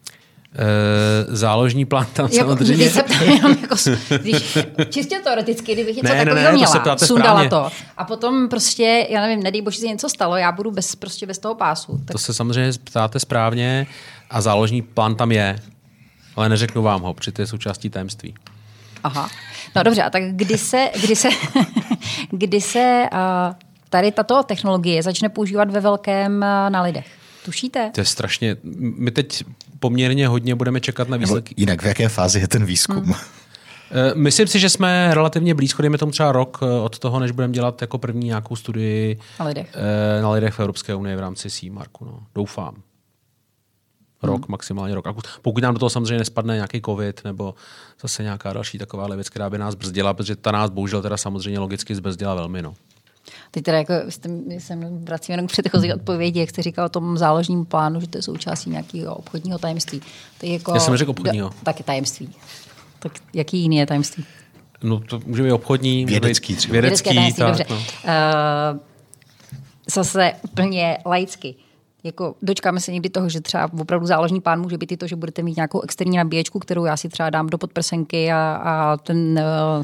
Záložní plán tam jako, samozřejmě... Když se ptám jenom jako, když, čistě teoreticky, kdybych něco ne, takového ne, měla, to sundala správně. to a potom prostě, já nevím, nedej bože, si něco stalo, já budu bez, prostě bez toho pásu. Tak... To se samozřejmě ptáte správně a záložní plán tam je, ale neřeknu vám ho, protože to je součástí tajemství. Aha, no dobře, a tak kdy se, kdy se, kdy se uh, tady tato technologie začne používat ve velkém uh, na lidech? Tušíte? To je strašně... My teď poměrně hodně budeme čekat na výsledky. Jinak v jaké fázi je ten výzkum? Hmm. Myslím si, že jsme relativně blízko, dejme tomu třeba rok od toho, než budeme dělat jako první nějakou studii na lidech, na lidech v Evropské unii v rámci C Marku. No. Doufám. Rok, hmm. maximálně rok. Pokud nám do toho samozřejmě nespadne nějaký covid nebo zase nějaká další taková věc, která by nás brzdila, protože ta nás bohužel teda samozřejmě logicky zbrzdila velmi. No. Teď teda jako jsem vracím jenom k předchozí odpovědi, jak jste říkal o tom záložním plánu, že to je součástí nějakého obchodního tajemství. To je jako, Já jsem neřekl obchodního. Tak je tajemství. Tak jaký jiný je tajemství? No to může být obchodní. Vědecký třeba. Vědecký, vědecký tajemství, tak, dobře. No. Uh, zase úplně laicky. Jako dočkáme se někdy toho, že třeba opravdu záložní plán může být i to, že budete mít nějakou externí nabíječku, kterou já si třeba dám do podprsenky a, a ten... Uh,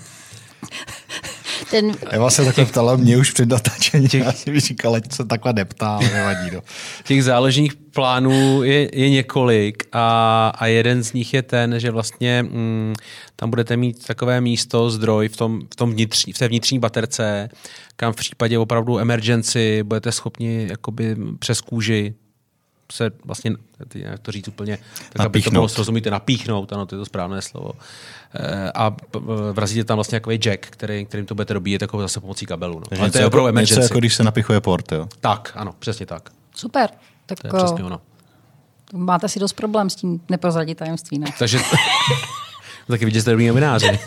Ten... Eva se takhle ptala mě už před natáčením. Já si říkala, ať se takhle neptá, ale nevadí. No. Těch záložních plánů je, je několik a, a jeden z nich je ten, že vlastně mm, tam budete mít takové místo, zdroj v, tom, v, tom vnitřní, v té vnitřní baterce, kam v případě opravdu emergency budete schopni jakoby přes kůži se vlastně, jak to říct úplně, tak aby to bylo srozumíte, napíchnout, ano, to je to správné slovo. A vrazíte tam vlastně takový jack, který, kterým to budete dobíjet jako zase pomocí kabelu. No. Ale to je opravdu emergency. Něco jako když se napichuje port, jo? Tak, ano, přesně tak. Super. Tak to je přesně ono. Máte si dost problém s tím neprozradit tajemství, ne? Takže taky vidět, že jste dobrý novináři.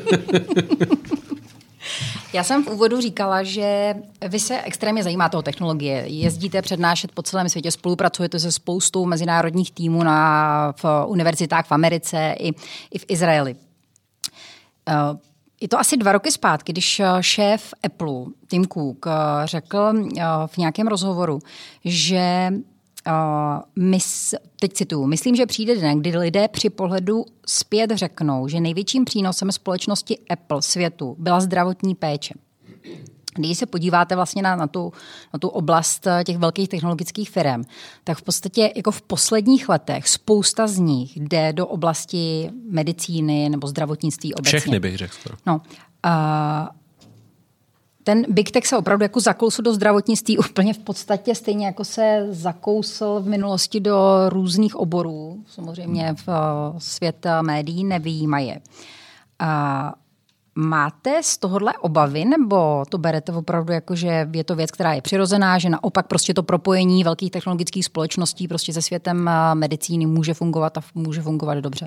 Já jsem v úvodu říkala, že vy se extrémně zajímáte o technologie. Jezdíte přednášet po celém světě, spolupracujete se spoustou mezinárodních týmů na, v univerzitách v Americe i, i v Izraeli. Je to asi dva roky zpátky, když šéf Apple, Tim Cook, řekl v nějakém rozhovoru, že Uh, mys, teď cituju, myslím, že přijde den, kdy lidé při pohledu zpět řeknou, že největším přínosem společnosti Apple světu byla zdravotní péče. Když se podíváte vlastně na, na, tu, na tu oblast těch velkých technologických firm, tak v podstatě jako v posledních letech spousta z nich jde do oblasti medicíny nebo zdravotnictví obecně. Všechny bych řekl. No, uh, ten Big Tech se opravdu jako zakousl do zdravotnictví úplně v podstatě stejně jako se zakousl v minulosti do různých oborů. Samozřejmě v svět médií nevyjímaje. A máte z tohohle obavy, nebo to berete opravdu jako, že je to věc, která je přirozená, že naopak prostě to propojení velkých technologických společností prostě se světem medicíny může fungovat a může fungovat dobře?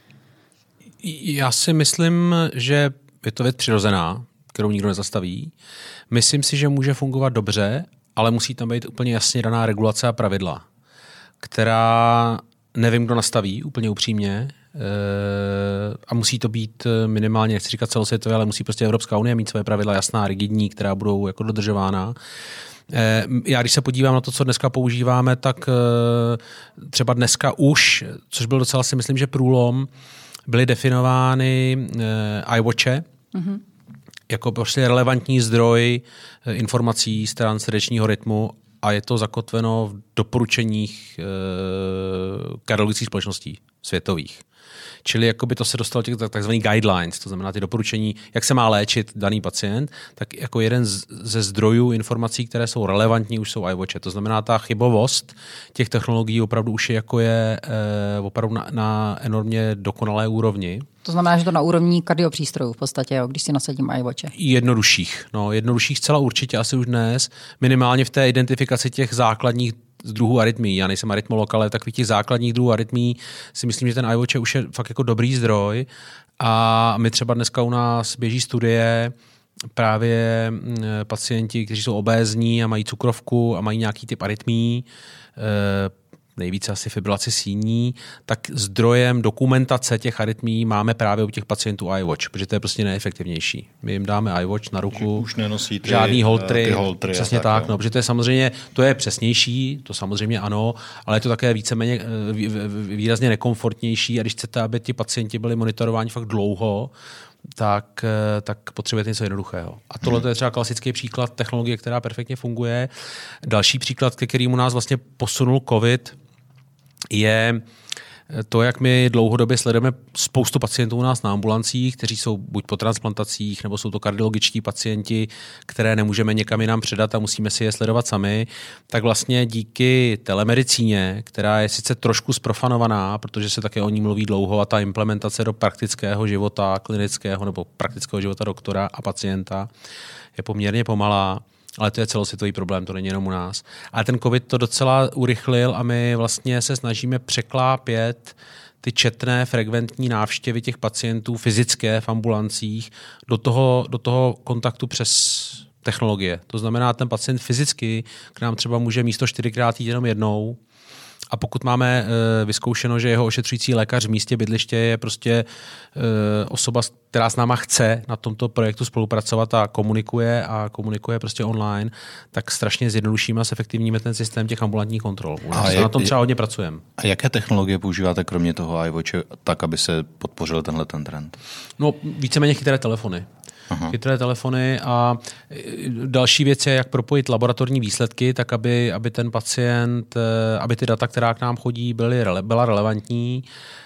Já si myslím, že je to věc přirozená, kterou nikdo nezastaví. Myslím si, že může fungovat dobře, ale musí tam být úplně jasně daná regulace a pravidla, která nevím, kdo nastaví, úplně upřímně. A musí to být minimálně, nechci říkat celosvětově, ale musí prostě Evropská unie mít své pravidla jasná, rigidní, která budou jako dodržována. Já když se podívám na to, co dneska používáme, tak třeba dneska už, což byl docela si myslím, že průlom, byly definovány iWatche, mm-hmm. jako prostě relevantní zdroj informací stran srdečního rytmu a je to zakotveno v doporučeních e, kardiologických společností světových. Čili jakoby to se dostalo těch takzvaných guidelines, to znamená ty doporučení, jak se má léčit daný pacient, tak jako jeden z, ze zdrojů informací, které jsou relevantní, už jsou iWatche. To znamená, ta chybovost těch technologií opravdu už je, jako je e, opravdu na, na enormně dokonalé úrovni. To znamená, že to na úrovni kardiopřístrojů v podstatě, jo, když si nasadím iWatche. Jednodušších. No, jednodušších zcela určitě asi už dnes. Minimálně v té identifikaci těch základních druhů arytmí. Já nejsem arytmolog, ale takových těch základních druhů arytmí si myslím, že ten iWatch už je fakt jako dobrý zdroj. A my třeba dneska u nás běží studie právě pacienti, kteří jsou obézní a mají cukrovku a mají nějaký typ arytmí, nejvíce asi fibrilaci síní, tak zdrojem dokumentace těch arytmí máme právě u těch pacientů iWatch, protože to je prostě neefektivnější. My jim dáme iWatch na ruku, už nenosí ty, žádný holtry, ty holtry přesně tak, tak no, protože to je samozřejmě, to je přesnější, to samozřejmě ano, ale je to také víceméně výrazně nekomfortnější a když chcete, aby ti pacienti byli monitorováni fakt dlouho, tak, tak potřebujete něco jednoduchého. A tohle hmm. je třeba klasický příklad technologie, která perfektně funguje. Další příklad, ke kterému nás vlastně posunul COVID, je to, jak my dlouhodobě sledujeme spoustu pacientů u nás na ambulancích, kteří jsou buď po transplantacích, nebo jsou to kardiologičtí pacienti, které nemůžeme někam jinam předat a musíme si je sledovat sami, tak vlastně díky telemedicíně, která je sice trošku zprofanovaná, protože se také o ní mluví dlouho a ta implementace do praktického života klinického nebo praktického života doktora a pacienta je poměrně pomalá, ale to je celosvětový problém, to není jenom u nás. Ale ten COVID to docela urychlil a my vlastně se snažíme překlápět ty četné frekventní návštěvy těch pacientů fyzické v ambulancích do toho, do toho kontaktu přes technologie. To znamená, ten pacient fyzicky k nám třeba může místo čtyřikrát jít jenom jednou. A pokud máme e, vyzkoušeno, že jeho ošetřující lékař v místě bydliště je prostě e, osoba, která s náma chce na tomto projektu spolupracovat a komunikuje a komunikuje prostě online, tak strašně zjednodušíme a zefektivníme ten systém těch ambulantních kontrol. U nás jak, na tom třeba hodně pracujeme. A jaké technologie používáte kromě toho iWatche tak, aby se podpořil tenhle ten trend? No, víceméně chytré telefony. Aha. Chytré telefony a další věc je, jak propojit laboratorní výsledky, tak aby, aby ten pacient, aby ty data, která k nám chodí, byly, byla relevantní.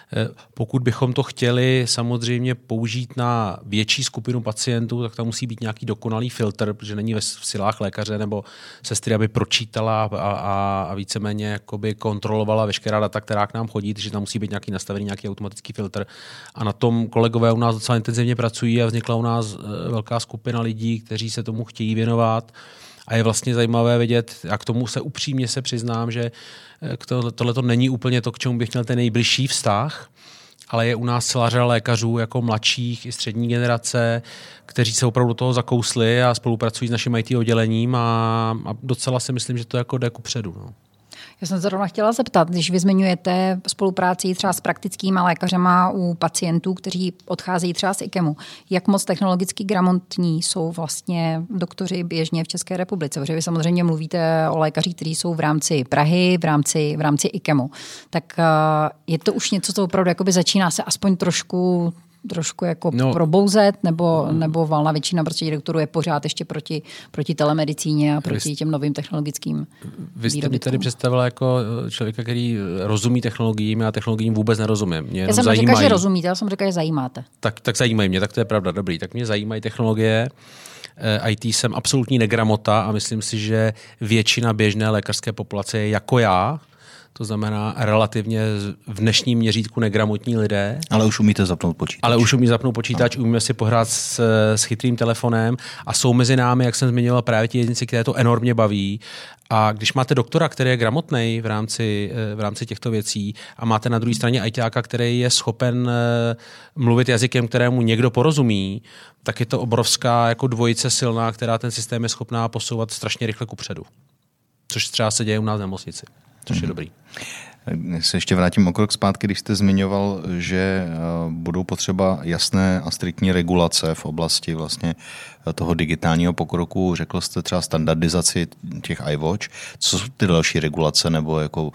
Pokud bychom to chtěli samozřejmě použít na větší skupinu pacientů, tak tam musí být nějaký dokonalý filtr, protože není v silách lékaře nebo sestry, aby pročítala a, a, a víceméně jakoby kontrolovala veškerá data, která k nám chodí, takže tam musí být nějaký nastavený, nějaký automatický filtr. A na tom kolegové u nás docela intenzivně pracují a vznikla u nás velká skupina lidí, kteří se tomu chtějí věnovat. A je vlastně zajímavé vidět, a k tomu se upřímně se přiznám, že tohle to není úplně to, k čemu bych měl ten nejbližší vztah, ale je u nás celá řada lékařů jako mladších i střední generace, kteří se opravdu toho zakousli a spolupracují s naším í té oddělením a, a docela si myslím, že to jako jde kupředu. No. Já jsem se rovna chtěla zeptat, když vy zmiňujete spolupráci třeba s praktickýma lékařema u pacientů, kteří odcházejí třeba z IKEMu, jak moc technologicky gramotní jsou vlastně doktoři běžně v České republice? Protože vy samozřejmě mluvíte o lékařích, kteří jsou v rámci Prahy, v rámci, v rámci IKEMu. Tak je to už něco, co opravdu jakoby začíná se aspoň trošku trošku jako no, probouzet, nebo, nebo valná většina prostě doktorů je pořád ještě proti, proti telemedicíně a proti těm novým technologickým Vy jste mi tady představila jako člověka, který rozumí technologiím, já technologiím vůbec nerozumím. Mě já jsem neřekla, že rozumíte, já jsem řekla, že zajímáte. Tak, tak zajímají mě, tak to je pravda, dobrý. Tak mě zajímají technologie. í té jsem absolutní negramota a myslím si, že většina běžné lékařské populace je jako já. To znamená relativně v dnešním měřítku negramotní lidé. Ale už umíte zapnout počítač. Ale už umí zapnout počítač, no. Umíme si pohrát s, s chytrým telefonem a jsou mezi námi, jak jsem zmiňoval, právě ti jedinci, které to enormně baví. A když máte doktora, který je gramotnej v rámci, v rámci těchto věcí a máte na druhé straně ajťáka, který je schopen mluvit jazykem, kterému někdo porozumí, tak je to obrovská jako dvojice silná, která ten systém je schopná posouvat strašně rychle kupředu. Což třeba se děje u nás v nemocnici. Což je dobrý. Se ještě vrátím o krok zpátky, když jste zmiňoval, že budou potřeba jasné a striktní regulace v oblasti vlastně toho digitálního pokroku. Řekl jste třeba standardizaci těch iWatch. Co jsou ty další regulace nebo jako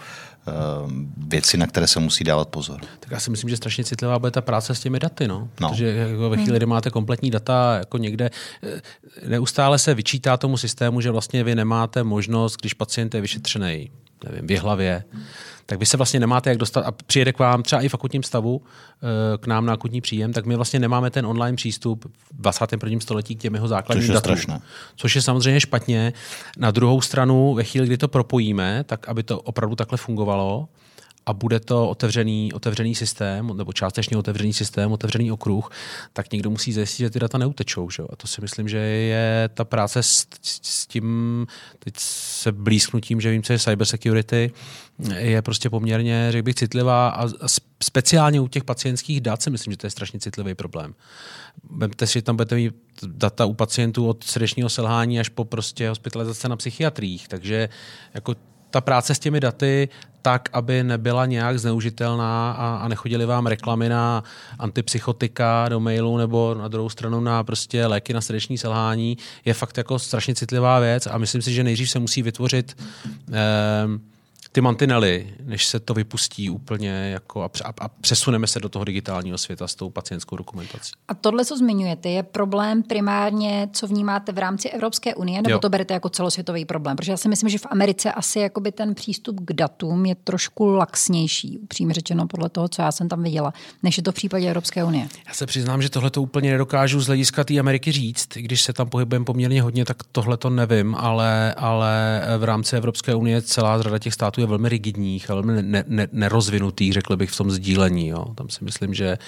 věci, na které se musí dávat pozor? Tak já si myslím, že strašně citlivá bude ta práce s těmi daty, no. no. Protože jako ve chvíli, kdy máte kompletní data jako někde, neustále se vyčítá tomu systému, že vlastně vy nemáte možnost, když pacient je vyšetřený, nevím, v hlavě, tak vy se vlastně nemáte jak dostat a přijede k vám třeba i v akutním stavu k nám na akutní příjem, tak my vlastně nemáme ten online přístup v dvacátém prvním století k těm jeho základním datům. Což je strašné. Což je samozřejmě špatně. Na druhou stranu, ve chvíli, kdy to propojíme, tak aby to opravdu takhle fungovalo a bude to otevřený, otevřený systém, nebo částečně otevřený systém, otevřený okruh, tak někdo musí zajistit, že ty data neutečou. Že? A to si myslím, že je ta práce s, s tím, teď se blízknutím, že vím, co je cybersecurity, je prostě poměrně, řekl bych, citlivá a speciálně u těch pacientských dat si myslím, že to je strašně citlivý problém. Vemte si, že tam budete mít data u pacientů od srdečního selhání až po prostě hospitalizace na psychiatriích, takže jako ta práce s těmi daty tak, aby nebyla nějak zneužitelná a, a nechodily vám reklamy na antipsychotika do mailu nebo na druhou stranu na prostě léky na srdeční selhání, je fakt jako strašně citlivá věc a myslím si, že nejdřív se musí vytvořit eh, ty mantinely, než se to vypustí úplně jako a, a, a přesuneme se do toho digitálního světa s tou pacientskou dokumentací. A tohle, co zmiňujete, je problém primárně, co vnímáte v rámci Evropské unie, nebo jo. to berete jako celosvětový problém? Protože já si myslím, že v Americe asi jakoby ten přístup k datům je trošku laxnější, upřímně řečeno podle toho, co já jsem tam viděla, než je to v případě Evropské unie. Já se přiznám, že tohle to úplně nedokážu z hlediska té Ameriky říct, když se tam pohybujeme poměrně hodně, tak tohle to nevím, ale, ale v rámci Evropské unie celá řada těch států je velmi rigidních a velmi ne, ne, nerozvinutých, řekl bych, v tom sdílení. Jo. Tam si myslím, že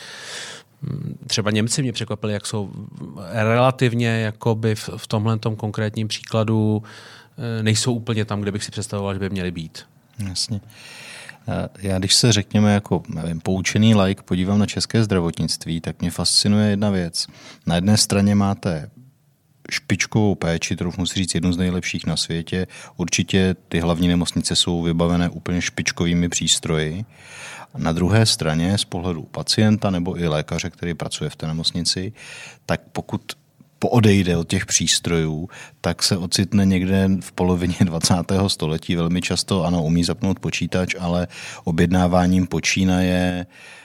třeba Němci mě překvapili, jak jsou relativně jakoby v, v tomhle tom konkrétním příkladu nejsou úplně tam, kde bych si představoval, že by měli být. Jasně. Já když se řekněme jako nevím, poučený laik podívám na české zdravotnictví, tak mě fascinuje jedna věc. Na jedné straně máte špičkovou péči, troufnu si říct jednu z nejlepších na světě. Určitě ty hlavní nemocnice jsou vybavené úplně špičkovými přístroji. Na druhé straně z pohledu pacienta nebo i lékaře, který pracuje v té nemocnici, tak pokud poodejde od těch přístrojů, tak se ocitne někde v polovině dvacátého století. Velmi často, ano, umí zapnout počítač, ale objednáváním počínaje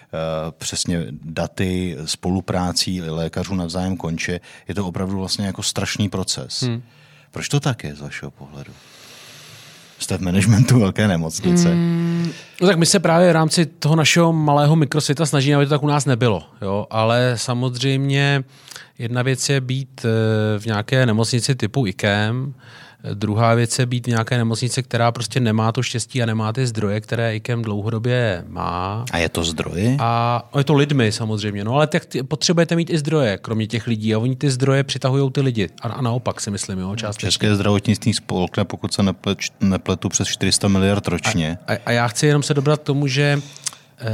přesně daty, spoluprácí lékařů navzájem konče. Je to opravdu vlastně jako strašný proces. Hmm. Proč to tak je z vašeho pohledu? Jste v managementu velké nemocnice. Hmm. No tak my se právě v rámci toho našeho malého mikrosvěta snažíme, aby to tak u nás nebylo. Jo? Ale samozřejmě jedna věc je být v nějaké nemocnici typu I K E M, druhá věc je být v nějaké nemocnice, která prostě nemá to štěstí a nemá ty zdroje, které I K E M dlouhodobě má. A je to zdroje? A je to lidmi samozřejmě, no ale tak potřebujete mít i zdroje, kromě těch lidí a oni ty zdroje přitahují ty lidi. A, a naopak si myslím, jo, částečně. České zdravotnictví spolkne, pokud se neplet, nepletu, přes čtyři sta miliard ročně. A, a, a já chci jenom se dobrat k tomu, že e,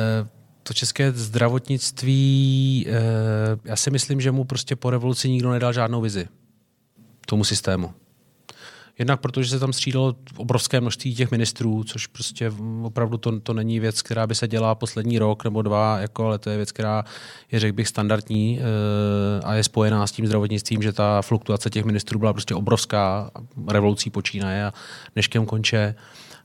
to české zdravotnictví, e, já si myslím, že mu prostě po revoluci nikdo nedal žádnou vizi tomu systému. Jednak protože se tam střídalo obrovské množství těch ministrů, což prostě opravdu to, to není věc, která by se dělala poslední rok nebo dva, jako, ale to je věc, která je, řekl bych, standardní e, a je spojená s tím zdravotnictvím, že ta fluktuace těch ministrů byla prostě obrovská, revolucí počínaje a dneškem konče.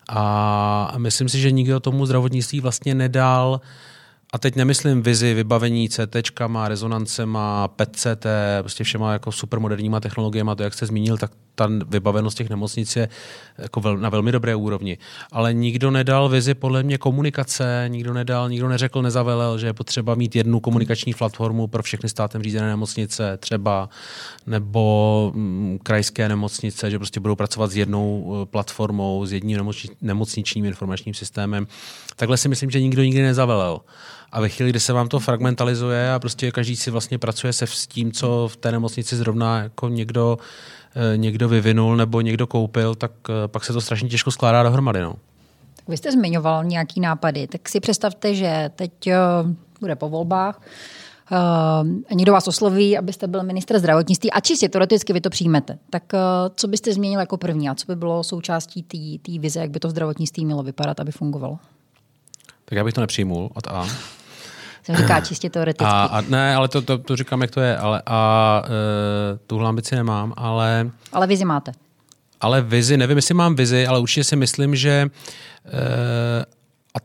A myslím si, že nikdo tomu zdravotnictví vlastně nedal. A teď nemyslím vizi vybavení CTčkama, rezonancema, P E T C T, prostě všema jako supermoderníma technologiemi, to, jak jste zmínil, tak ta vybavenost těch nemocnic je jako vel, na velmi dobré úrovni. Ale nikdo nedal vizi podle mě komunikace, nikdo nedal, nikdo neřekl, nezavelel, že je potřeba mít jednu komunikační platformu pro všechny státem řízené nemocnice třeba, nebo m, krajské nemocnice, že prostě budou pracovat s jednou platformou, s jedním nemocni, nemocničním informačním systémem. Takhle si myslím, že nikdo nikdy nezavelel. A ve chvíli, kdy se vám to fragmentalizuje a prostě každý si vlastně pracuje se s tím, co v té nemocnici zrovna jako někdo, někdo vyvinul nebo někdo koupil, tak pak se to strašně těžko skládá dohromady. No. Vy jste zmiňoval nějaký nápady, tak si představte, že teď bude po volbách, Uh, někdo vás osloví, abyste byl ministr zdravotnictví a čistě teoreticky vy to přijmete. Tak uh, co byste změnil jako první a co by bylo součástí té vize, jak by to zdravotnictví mělo vypadat, aby fungovalo? Tak já bych to nepřijmul od A. Jsem říká čistě teoreticky. A, a ne, ale to, to, to říkám, jak to je. Ale, a uh, tuhle ambici nemám, ale... Ale vizi máte. Ale vizi, nevím, jestli mám vizi, ale určitě si myslím, že uh, a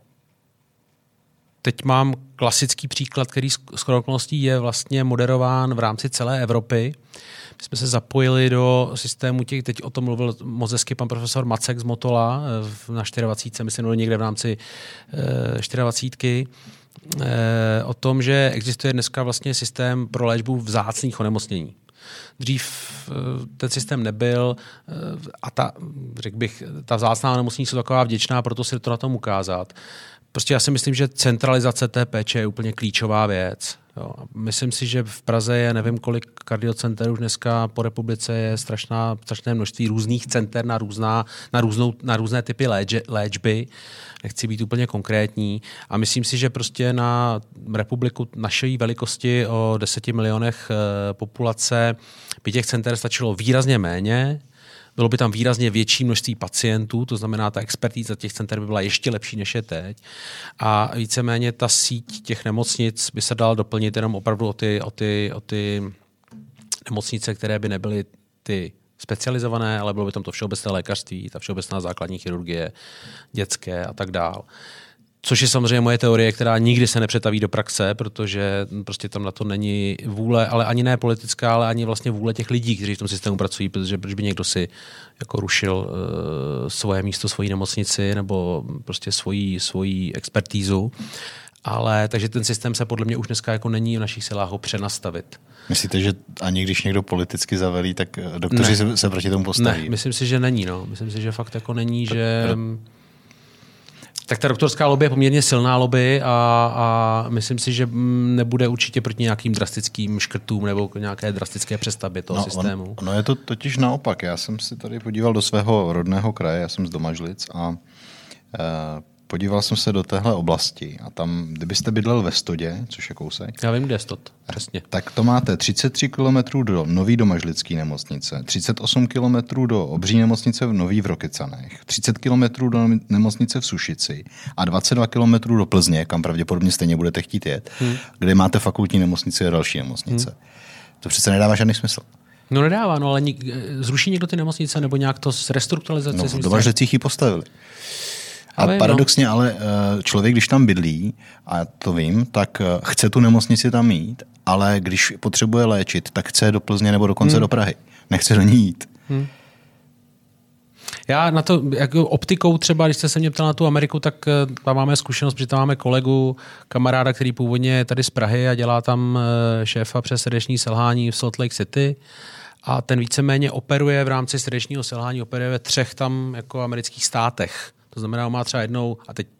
teď mám klasický příklad, který s okolností je vlastně moderován v rámci celé Evropy. My jsme se zapojili do systému těch, teď o tom mluvil moc hezky pan profesor Macek z Motola na dvacet čtyři, myslím, někde v rámci dvacet čtyři, o tom, že existuje dneska vlastně systém pro léčbu vzácných onemocnění. Dřív ten systém nebyl a ta, řekl bych, ta vzácná onemocnění jsou taková vděčná, proto si to na tom ukázat. Prostě já si myslím, že centralizace té péče je úplně klíčová věc. Jo. Myslím si, že v Praze je nevím kolik kardiocenter už dneska po republice je strašná, strašné množství různých center na, různá, na, různou, na různé typy léč, léčby. Nechci být úplně konkrétní. A myslím si, že prostě na republiku naší velikosti o deseti milionech e, populace by těch center stačilo výrazně méně. bylo by tam výrazně větší množství pacientů, to znamená, ta expertíza těch center by byla ještě lepší, než je teď. A víceméně ta síť těch nemocnic by se dala doplnit jenom opravdu o ty, o ty, o ty nemocnice, které by nebyly ty specializované, ale bylo by tam to všeobecné lékařství, ta všeobecná základní chirurgie, dětské a tak dál. Což je samozřejmě moje teorie, která nikdy se nepřetaví do praxe, protože prostě tam na to není vůle, ale ani ne politická, ale ani vlastně vůle těch lidí, kteří v tom systému pracují, protože proč by někdo si jako rušil uh, svoje místo, svoji nemocnici nebo prostě svoji, svoji expertízu. Ale takže ten systém se podle mě už dneska jako není v našich silách ho přenastavit. Myslíte, že ani když někdo politicky zavelí, tak doktoři se, se proti tomu postaví? Ne, myslím si, že není. No. Myslím si, že fakt jako není, tak, že... Tak ta doktorská lobby je poměrně silná lobby a, a myslím si, že nebude určitě proti nějakým drastickým škrtům nebo nějaké drastické přestavbě toho no, systému. On, no je to totiž naopak. Já jsem si tady podíval do svého rodného kraje, já jsem z Domažlic a e, podíval jsem se do téhle oblasti a tam, kdybyste bydlel ve Stodě, což je kousek. Já vím, kde je Stod, přesně. Tak to máte třicet tři kilometrů do Nový Domažlické nemocnice, třicet osm kilometrů do Obří nemocnice v Nový v Rokycanech, třicet kilometrů do nemocnice v Sušici a dvacet dva kilometrů do Plzně, kam pravděpodobně stejně budete chtít jet, hmm. kde máte fakultní nemocnici a další nemocnice. Hmm. To přece nedává žádný smysl. No nedává, no ale nik- zruší někdo ty nemocnice nebo nějak to s restrukturalizací? No v Domažlicích ji postavili. A ale paradoxně, no. ale člověk, když tam bydlí, a to vím, tak chce tu nemocnici tam mít, ale když potřebuje léčit, tak chce do Plzně nebo dokonce hmm. do Prahy. Nechce do ní jít. Hmm. Já na to, jako optikou třeba, když jste se mě ptal na tu Ameriku, tak tam máme zkušenost, protože tam máme kolegu, kamaráda, který původně je tady z Prahy a dělá tam šéfa přes srdeční selhání v Salt Lake City. A ten víceméně operuje v rámci srdečního selhání, operuje ve třech tam jako amerických státech. To znamená, on má třeba jednou, a teď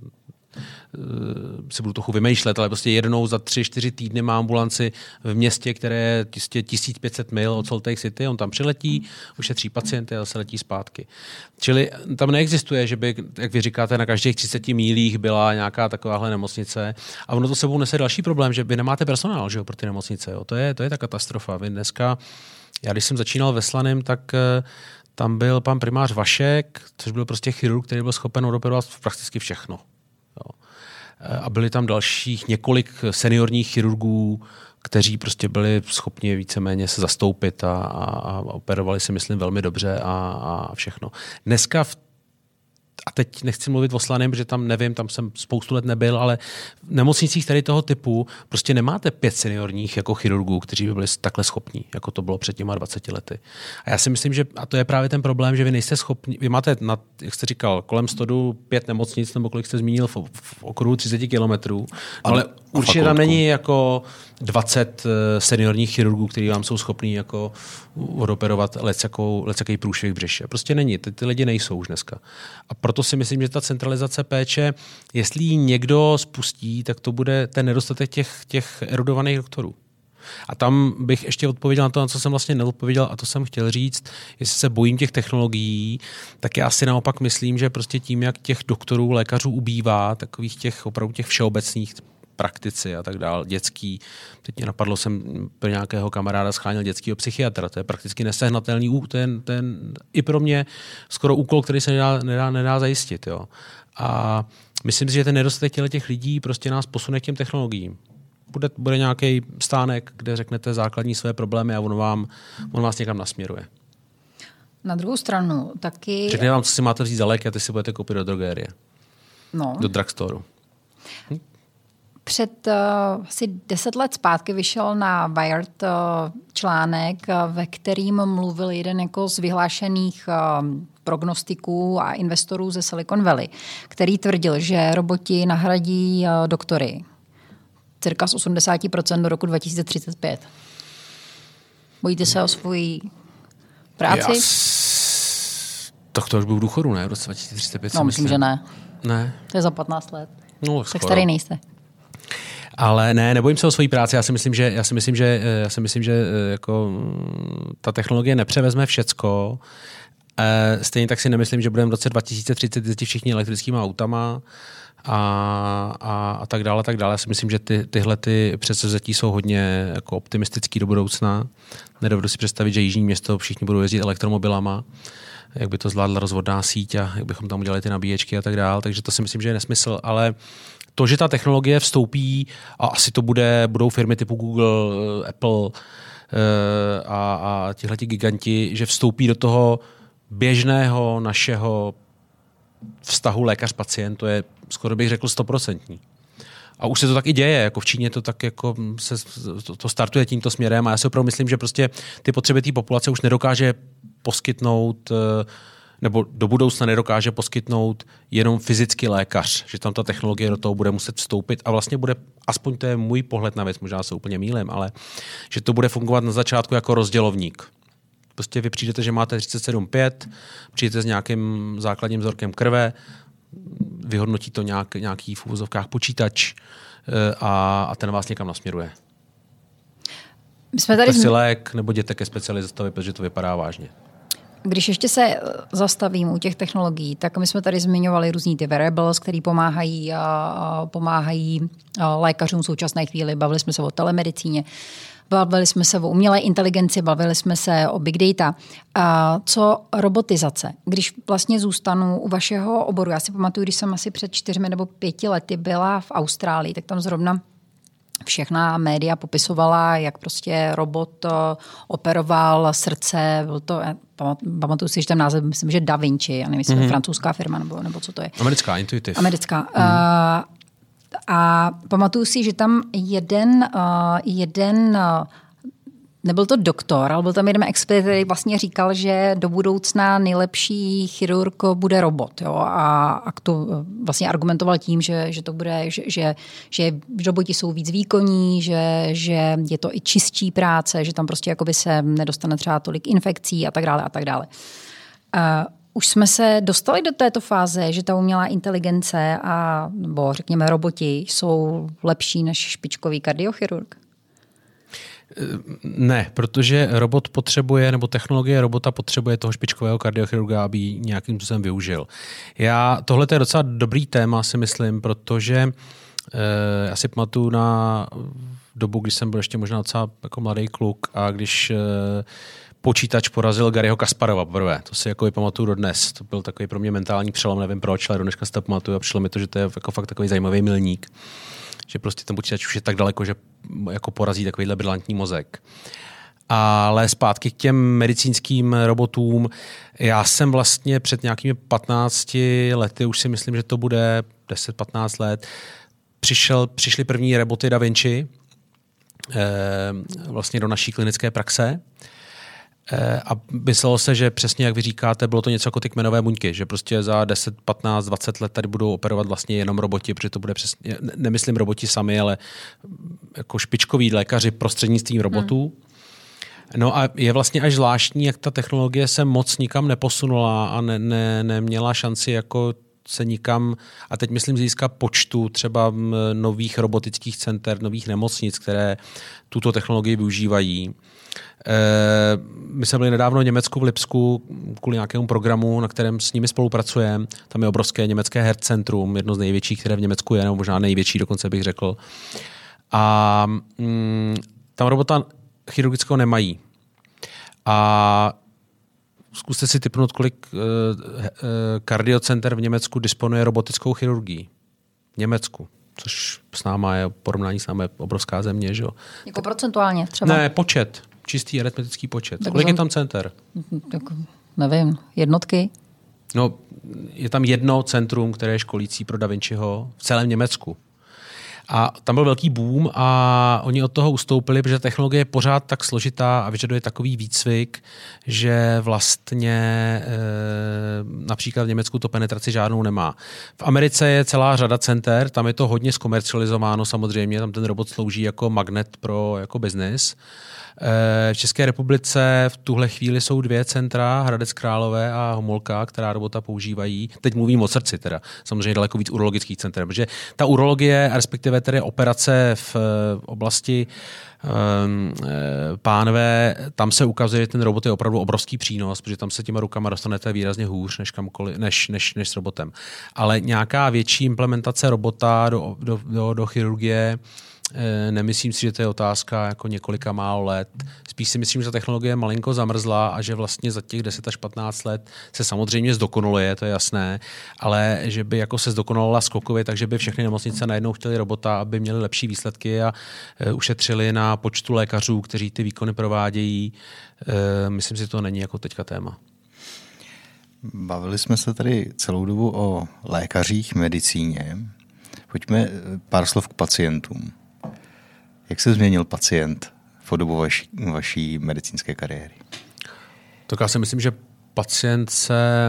uh, si budu trochu vymýšlet, ale prostě jednou za tři, čtyři týdny má ambulanci v městě, které je tisíc pět set mil od Salt Lake City, on tam přiletí, ušetří pacienty a zase letí zpátky. Čili tam neexistuje, že by, jak vy říkáte, na každých třiceti mílích byla nějaká takováhle nemocnice. A ono to sebou nese další problém, že vy nemáte personál, že jo, pro ty nemocnice. Jo. To je, to je ta katastrofa. Vy dneska, já když jsem začínal ve Slaném, tak tam byl pan primář Vašek, což byl prostě chirurg, který byl schopen odoperovat prakticky všechno. Jo. A byli tam dalších několik seniorních chirurgů, kteří prostě byli schopni víceméně se zastoupit a, a, a operovali si, myslím, velmi dobře a, a všechno. Dneska v a teď nechci mluvit o Slaném, protože tam nevím, tam jsem spoustu let nebyl, ale v nemocnicích tady toho typu prostě nemáte pět seniorních jako chirurgů, kteří by byli takhle schopní, jako to bylo před těma dvaceti lety. A já si myslím, že a to je právě ten problém, že vy nejste schopni, vy máte, na, jak jste říkal, kolem Stodu pět nemocnic, nebo kolik jste zmínil, v, v okruhu třicet kilometrů, ale určitě tam není jako dvacet seniorních chirurgů, kteří vám jsou schopní jako odoperovat lecaký průšvih břiše. Prostě není, ty, ty lidi nejsou už dneska. A proto si myslím, že ta centralizace péče, jestli ji někdo spustí, tak to bude ten nedostatek těch, těch erudovaných doktorů. A tam bych ještě odpověděl na to, na co jsem vlastně neodpověděl, a to jsem chtěl říct, jestli se bojím těch technologií, tak já si naopak myslím, že prostě tím, jak těch doktorů, lékařů ubývá, takových těch opravdu těch všeobecných praktici a tak dál, dětský. Teď mě napadlo, jsem pro nějakého kamaráda scháněl dětského psychiatra. To je prakticky nesehnatelný, ten, ten i pro mě skoro úkol, který se nedá, nedá, nedá zajistit. Jo. A myslím si, že ten nedostatek těch lidí prostě nás posune k těm technologiím. Bude, bude nějaký stánek, kde řeknete základní své problémy a on, vám, on vás někam nasměruje. Na druhou stranu taky... Řekne vám, co si máte vzít za léky a ty si budete koupit do drogérie. No. Do drugstoru. Hm? Před uh, asi deset let zpátky vyšel na Wired uh, článek, uh, ve kterým mluvil jeden jako z vyhlášených uh, prognostiků a investorů ze Silicon Valley, který tvrdil, že roboti nahradí uh, doktory cirka z osmdesát procent do roku dva tisíce třicet pět. Bojíte se o svoji práci? Jas... Tak to už byl v důchodu, ne? V roce dva tisíce třicet pět. No, myslím, že ne. Ne. To je za patnáct let. No, tak starý nejste. Ale ne, nebojím se o svoji práci. Já si myslím, že, já si myslím, že, já si myslím, že jako, ta technologie nepřevezme všecko, E, stejně tak si nemyslím, že budeme v roce dva tisíce třicet jezdit všichni elektrickýma autama a, a, a tak dále, tak dále. Já si myslím, že ty, tyhle ty předsevzetí jsou hodně jako optimistický do budoucna. Nedovedu si představit, že jižní město všichni budou jezdit elektromobilama, jak by to zvládla rozvodná síť a jak bychom tam udělali ty nabíječky a tak dále. Takže to si myslím, že je nesmysl, ale to, že ta technologie vstoupí a asi to bude, budou firmy typu Google, Apple a, a tihleti giganti, že vstoupí do toho běžného našeho vztahu lékař-pacient, to je skoro bych řekl stoprocentní. A už se to tak i děje, jako v Číně to tak jako se, to, to startuje tímto směrem a já si opravdu myslím, že prostě ty potřeby té populace už nedokáže poskytnout, nebo do budoucna nedokáže poskytnout jenom fyzicky lékař, že tam ta technologie do toho bude muset vstoupit a vlastně bude, aspoň to je můj pohled na věc, možná se úplně mýlím, ale že to bude fungovat na začátku jako rozdělovník. Prostě vy přijdete, že máte třicet sedm pět, přijdete s nějakým základním vzorkem krve, vyhodnotí to nějak, nějaký v úvozovkách počítač a, a ten vás někam nasměruje. My jsme tady si lék nebo jděte ke specialistovi, protože to vypadá vážně. Když ještě se zastavím u těch technologií, tak my jsme tady zmiňovali různý ty wearables, který pomáhají, pomáhají lékařům v současné chvíli. Bavili jsme se o telemedicíně, bavili jsme se o umělé inteligenci, bavili jsme se o big data. A co robotizace? Když vlastně zůstanu u vašeho oboru, já si pamatuju, když jsem asi před čtyřmi nebo pěti lety byla v Austrálii, tak tam zrovna všechna média popisovala, jak prostě robot operoval srdce, byl to, pamatuju si, že ten název, myslím, že Da Vinci, já nevím, jestli mm-hmm. francouzská firma, nebo, nebo co to je. Americká, Intuitive. Americká. Mm. Uh, a pamatuju si, že tam jeden, uh, jeden uh, nebyl to doktor, ale byl tam jeden expert, který vlastně říkal, že do budoucna nejlepší chirurg bude robot. Jo? A, a to vlastně argumentoval tím, že, že to bude, že, že, že roboti jsou víc výkonní, že, že je to i čistší práce, že tam prostě jakoby se nedostane třeba tolik infekcí a tak dále a tak dále. Uh, Už jsme se dostali do této fáze, že ta umělá inteligence a nebo řekněme roboti jsou lepší než špičkový kardiochirurg? Ne, protože robot potřebuje, nebo technologie robota potřebuje toho špičkového kardiochirurga, aby ji nějakým způsobem využil. Já, tohle je docela dobrý téma, si myslím, protože eh, já si pamatuju na dobu, když jsem byl ještě možná docela jako mladý kluk a když eh, počítač porazil Garyho Kasparova poprvé. To si jako pamatuju dodnes. To byl takový pro mě mentální přelom, nevím proč, ale do dneška si to pamatuju a přišlo mi to, že to je jako fakt takový zajímavý milník. Že prostě ten počítač už je tak daleko, že jako porazí takovýhle brilantní mozek. Ale zpátky k těm medicínským robotům. Já jsem vlastně před nějakými patnácti lety, už si myslím, že to bude deset patnáct let, přišel, přišly první roboty Da Vinci eh, vlastně do naší klinické praxe. A myslelo se, že přesně jak vy říkáte, bylo to něco jako ty kmenové buňky, že prostě za deset, patnáct, dvacet let tady budou operovat vlastně jenom roboti, protože to bude přesně, nemyslím roboti sami, ale jako špičkoví lékaři prostřednictvím robotů. Hmm. No a je vlastně až zvláštní, jak ta technologie se moc nikam neposunula a ne, ne, neměla šanci jako se nikam, a teď myslím získat počtu třeba nových robotických center, nových nemocnic, které tuto technologii využívají. My jsme byli nedávno v Německu v Lipsku kvůli nějakému programu, na kterém s nimi spolupracujeme. Tam je obrovské německé Herzcentrum, jedno z největších, které v Německu je, nebo možná největší, dokonce bych řekl. A mm, tam robota chirurgického nemají. A zkuste si tipnout, kolik uh, uh, kardiocenter v Německu disponuje robotickou chirurgií. V Německu. Což s náma je, porovnání s náma je obrovská země, že jo? Jako procentuálně třeba? Ne, počet. Čistý aritmetický počet. Tak kolik je tam center? Tak, nevím, jednotky? No, je tam jedno centrum, které je školící pro Da Vinciho v celém Německu. A tam byl velký boom a oni od toho ustoupili, protože technologie je pořád tak složitá a vyžaduje takový výcvik, že vlastně e, například v Německu to penetraci žádnou nemá. V Americe je celá řada center, tam je to hodně zkomercializováno samozřejmě, tam ten robot slouží jako magnet pro jako business. V České republice v tuhle chvíli jsou dvě centra, Hradec Králové a Homolka, která robota používají. Teď mluvím o srdci teda, samozřejmě daleko víc urologických center, protože ta urologie, respektive respektive tedy operace v oblasti pánve, tam se ukazuje, že ten robot je opravdu obrovský přínos, protože tam se těma rukama dostanete výrazně hůř než, kamkoliv, než, než, než s robotem. Ale nějaká větší implementace robota do, do, do, do chirurgie, nemyslím si, že to je otázka jako několika málo let. Spíš si myslím, že ta technologie malinko zamrzla a že vlastně za těch deset až patnáct let se samozřejmě zdokonaluje, to je jasné, ale že by jako se zdokonalovala skokově, takže by všechny nemocnice najednou chtěly robota, aby měly lepší výsledky a ušetřili na počtu lékařů, kteří ty výkony provádějí. Myslím si, že to není jako teďka téma. Bavili jsme se tady celou dobu o lékařích, medicíně. Pojďme pár slov k pacientům. Jak se změnil pacient po dobu vaší, vaší medicínské kariéry? Tak já si myslím, že pacient se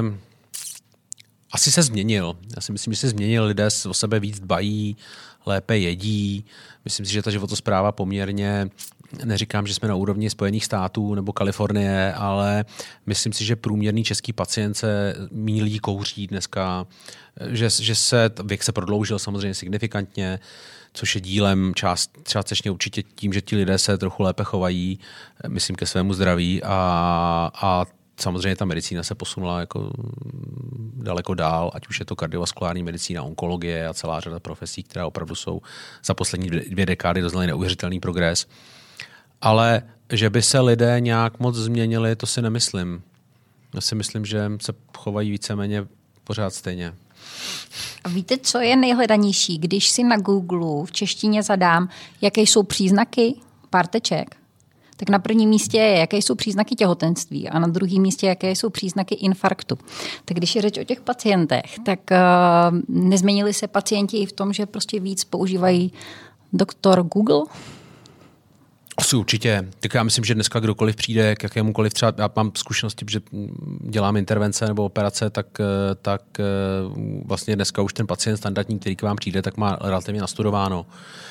asi se změnil. Já si myslím, že se změnil, lidé o sebe víc dbají, lépe jedí. Myslím si, že ta životospráva poměrně, neříkám, že jsme na úrovni Spojených států nebo Kalifornie, ale myslím si, že průměrný český pacient se méně lidí kouří dneska, že, že se věk se prodloužil samozřejmě signifikantně, což je dílem část, částečně určitě tím, že ti lidé se trochu lépe chovají, myslím, ke svému zdraví a, a samozřejmě ta medicína se posunula jako daleko dál, ať už je to kardiovaskulární medicína, onkologie a celá řada profesí, které opravdu jsou za poslední dvě dekády doznali neuvěřitelný progres. Ale že by se lidé nějak moc změnili, to si nemyslím. Já si myslím, že se chovají víceméně pořád stejně. A víte, co je nejhledanější? Když si na Google v češtině zadám, jaké jsou příznaky párteček, tak na prvním místě je, jaké jsou příznaky těhotenství a na druhém místě, jaké jsou příznaky infarktu. Tak když je řeč o těch pacientech, tak uh, nezměnili se pacienti i v tom, že prostě víc používají doktor Google? Asi určitě. Tak já myslím, že dneska kdokoliv přijde k jakémukoliv, třeba já mám zkušenosti, že dělám intervence nebo operace, tak, tak vlastně dneska už ten pacient standardní, který k vám přijde, tak má relativně nastudováno.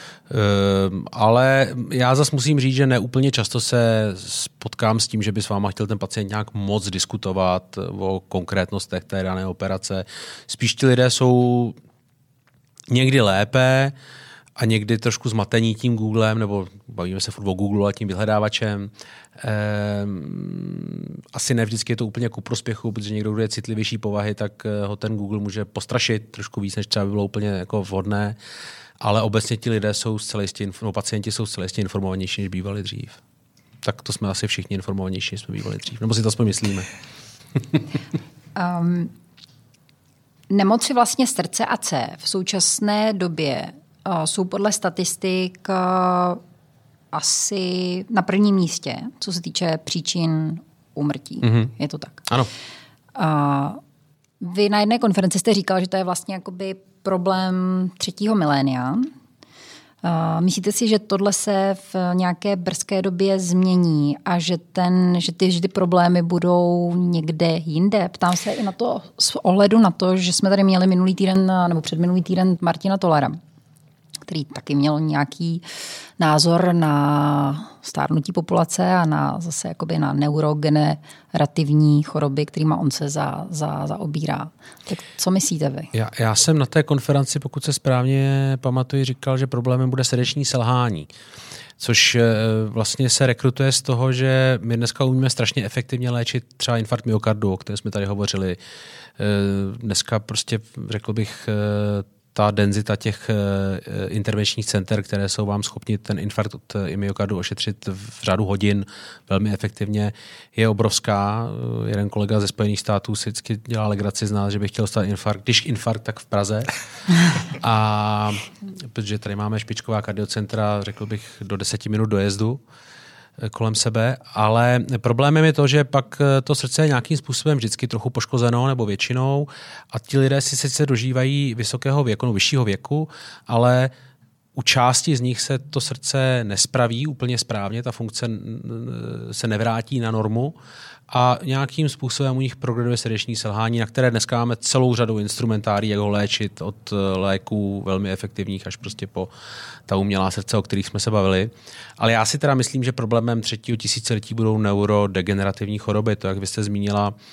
Ale já zase musím říct, že neúplně často se spotkám s tím, že by s váma chtěl ten pacient nějak moc diskutovat o konkrétnostech té dané operace. Spíš ti lidé jsou někdy lépe a někdy trošku zmatení tím Googlem, nebo bavíme se furt o Google a tím vyhledávačem. Ehm, asi ne vždycky je to úplně ku prospěchu, protože někdo, kdo je citlivější povahy, tak ho ten Google může postrašit trošku víc, než třeba by bylo úplně jako vhodné. Ale obecně ti lidé jsou zcela jistě, no, pacienti jsou zcela jistě informovanější, než bývali dřív. Tak to jsme asi všichni informovanější, než jsme bývali dřív. Nebo si to aspoň myslíme. um, nemoci vlastně srdce a cév v současné době uh, jsou podle statistik uh, asi na prvním místě, co se týče příčin úmrtí. Mm-hmm. Je to tak? Ano. Uh, vy na jedné konferenci jste říkal, že to je vlastně jakoby problém třetího milénia. Myslíte si, že tohle se v nějaké brzké době změní a že, ten, že ty vždy problémy budou někde jinde? Ptám se i na to s ohledu na to, že jsme tady měli minulý týden nebo předminulý týden Martina Tollera, který taky měl nějaký názor na stárnutí populace a na zase jakoby na neurogenerativní choroby, kterýma on se za, za, zaobírá. Tak co myslíte vy? Já, já jsem na té konferenci, pokud se správně pamatuji, říkal, že problémem bude srdeční selhání. Což vlastně se rekrutuje z toho, že my dneska umíme strašně efektivně léčit třeba infarkt myokardu, o kterém jsme tady hovořili. Dneska prostě, řekl bych, ta denzita těch intervenčních center, které jsou vám schopni ten infarkt od myokardu ošetřit v řádu hodin velmi efektivně, je obrovská. Jeden kolega ze Spojených států si vždycky dělá legraci z nás, že by chtěl stát infarkt, když infarkt, tak v Praze. A protože tady máme špičková kardiocentra, řekl bych, do deseti minut dojezdu kolem sebe, ale problémem je to, že pak to srdce je nějakým způsobem vždycky trochu poškozeno nebo většinou a ti lidé si sice dožívají vysokého věku, no vyššího věku, ale u části z nich se to srdce nespraví úplně správně, ta funkce se nevrátí na normu a nějakým způsobem u nich progreduje srdeční selhání, na které dneska máme celou řadu instrumentárií, jak ho léčit, od léků velmi efektivních až prostě po ta umělá srdce, o kterých jsme se bavili. Ale já si teda myslím, že problémem třetího tisíciletí budou neurodegenerativní choroby. To, jak vy jste zmínila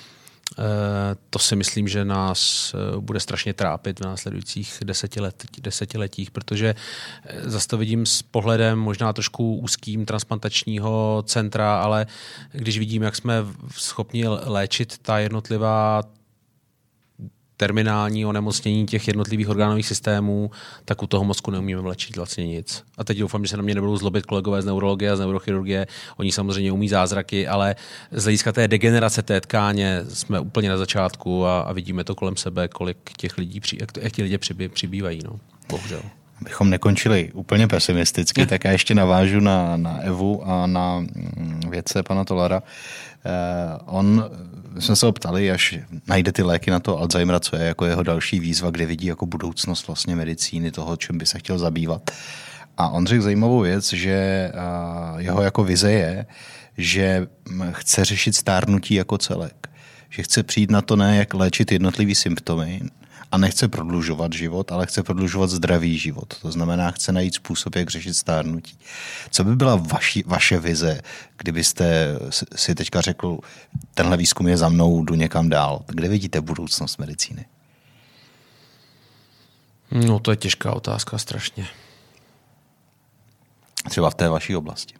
To si myslím, že nás bude strašně trápit v následujících desetilet, desetiletích, protože zase to vidím s pohledem možná trošku úzkým transplantačního centra, ale když vidím, jak jsme schopni léčit ta jednotlivá terminální onemocnění těch jednotlivých orgánových systémů, tak u toho mozku neumíme léčit vlastně nic. A teď doufám, že se na mě nebudou zlobit kolegové z neurologie a z neurochirurgie. Oni samozřejmě umí zázraky, ale z hlediska té degenerace té tkáně jsme úplně na začátku a, a vidíme to kolem sebe, kolik těch lidí, jak, jak ti lidé přibý, přibývají. No. Bohužel. Abychom nekončili úplně pesimisticky, tak já ještě navážu na, na Evu a na vědce pana Tolara. Eh, on, jsme se ho ptali, až najde ty léky na to Alzheimera, co je jako jeho další výzva, kde vidí jako budoucnost vlastně medicíny, toho, čím by se chtěl zabývat. A on řekl zajímavou věc, že eh, jeho jako vize je, že chce řešit stárnutí jako celek. Že chce přijít na to ne, jak léčit jednotlivý symptomy, a nechce prodlužovat život, ale chce prodlužovat zdravý život. To znamená, chce najít způsob, jak řešit stárnutí. Co by byla vaši, vaše vize, kdybyste si teďka řekl, tenhle výzkum je za mnou, jdu někam dál? Kde vidíte budoucnost medicíny? No, to je těžká otázka, strašně. Třeba v té vaší oblasti.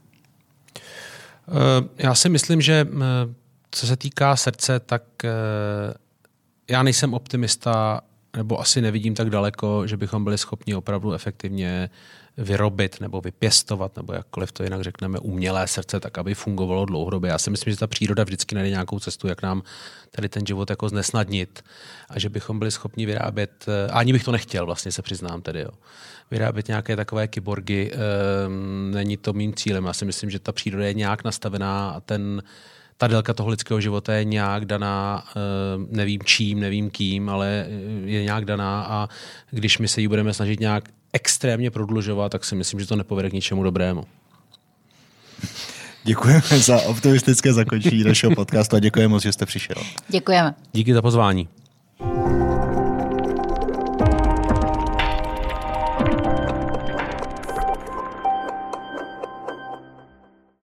Já si myslím, že co se týká srdce, tak já nejsem optimista, nebo asi nevidím tak daleko, že bychom byli schopni opravdu efektivně vyrobit nebo vypěstovat, nebo jakkoliv to jinak řekneme, umělé srdce, tak aby fungovalo dlouhodobě. Já si myslím, že ta příroda vždycky najde nějakou cestu, jak nám tady ten život jako znesnadnit a že bychom byli schopni vyrábět, a ani bych to nechtěl, vlastně se přiznám tedy, jo. Vyrábět nějaké takové kyborgy, um, není to mým cílem. Já si myslím, že ta příroda je nějak nastavená a ten ta délka toho lidského života je nějak daná, nevím čím, nevím kým, ale je nějak daná a když my se ji budeme snažit nějak extrémně prodlužovat, tak si myslím, že to nepovede k ničemu dobrému. Děkujeme za optimistické zakončení našeho podcastu a děkujeme moc, že jste přišel. Děkujeme. Díky za pozvání.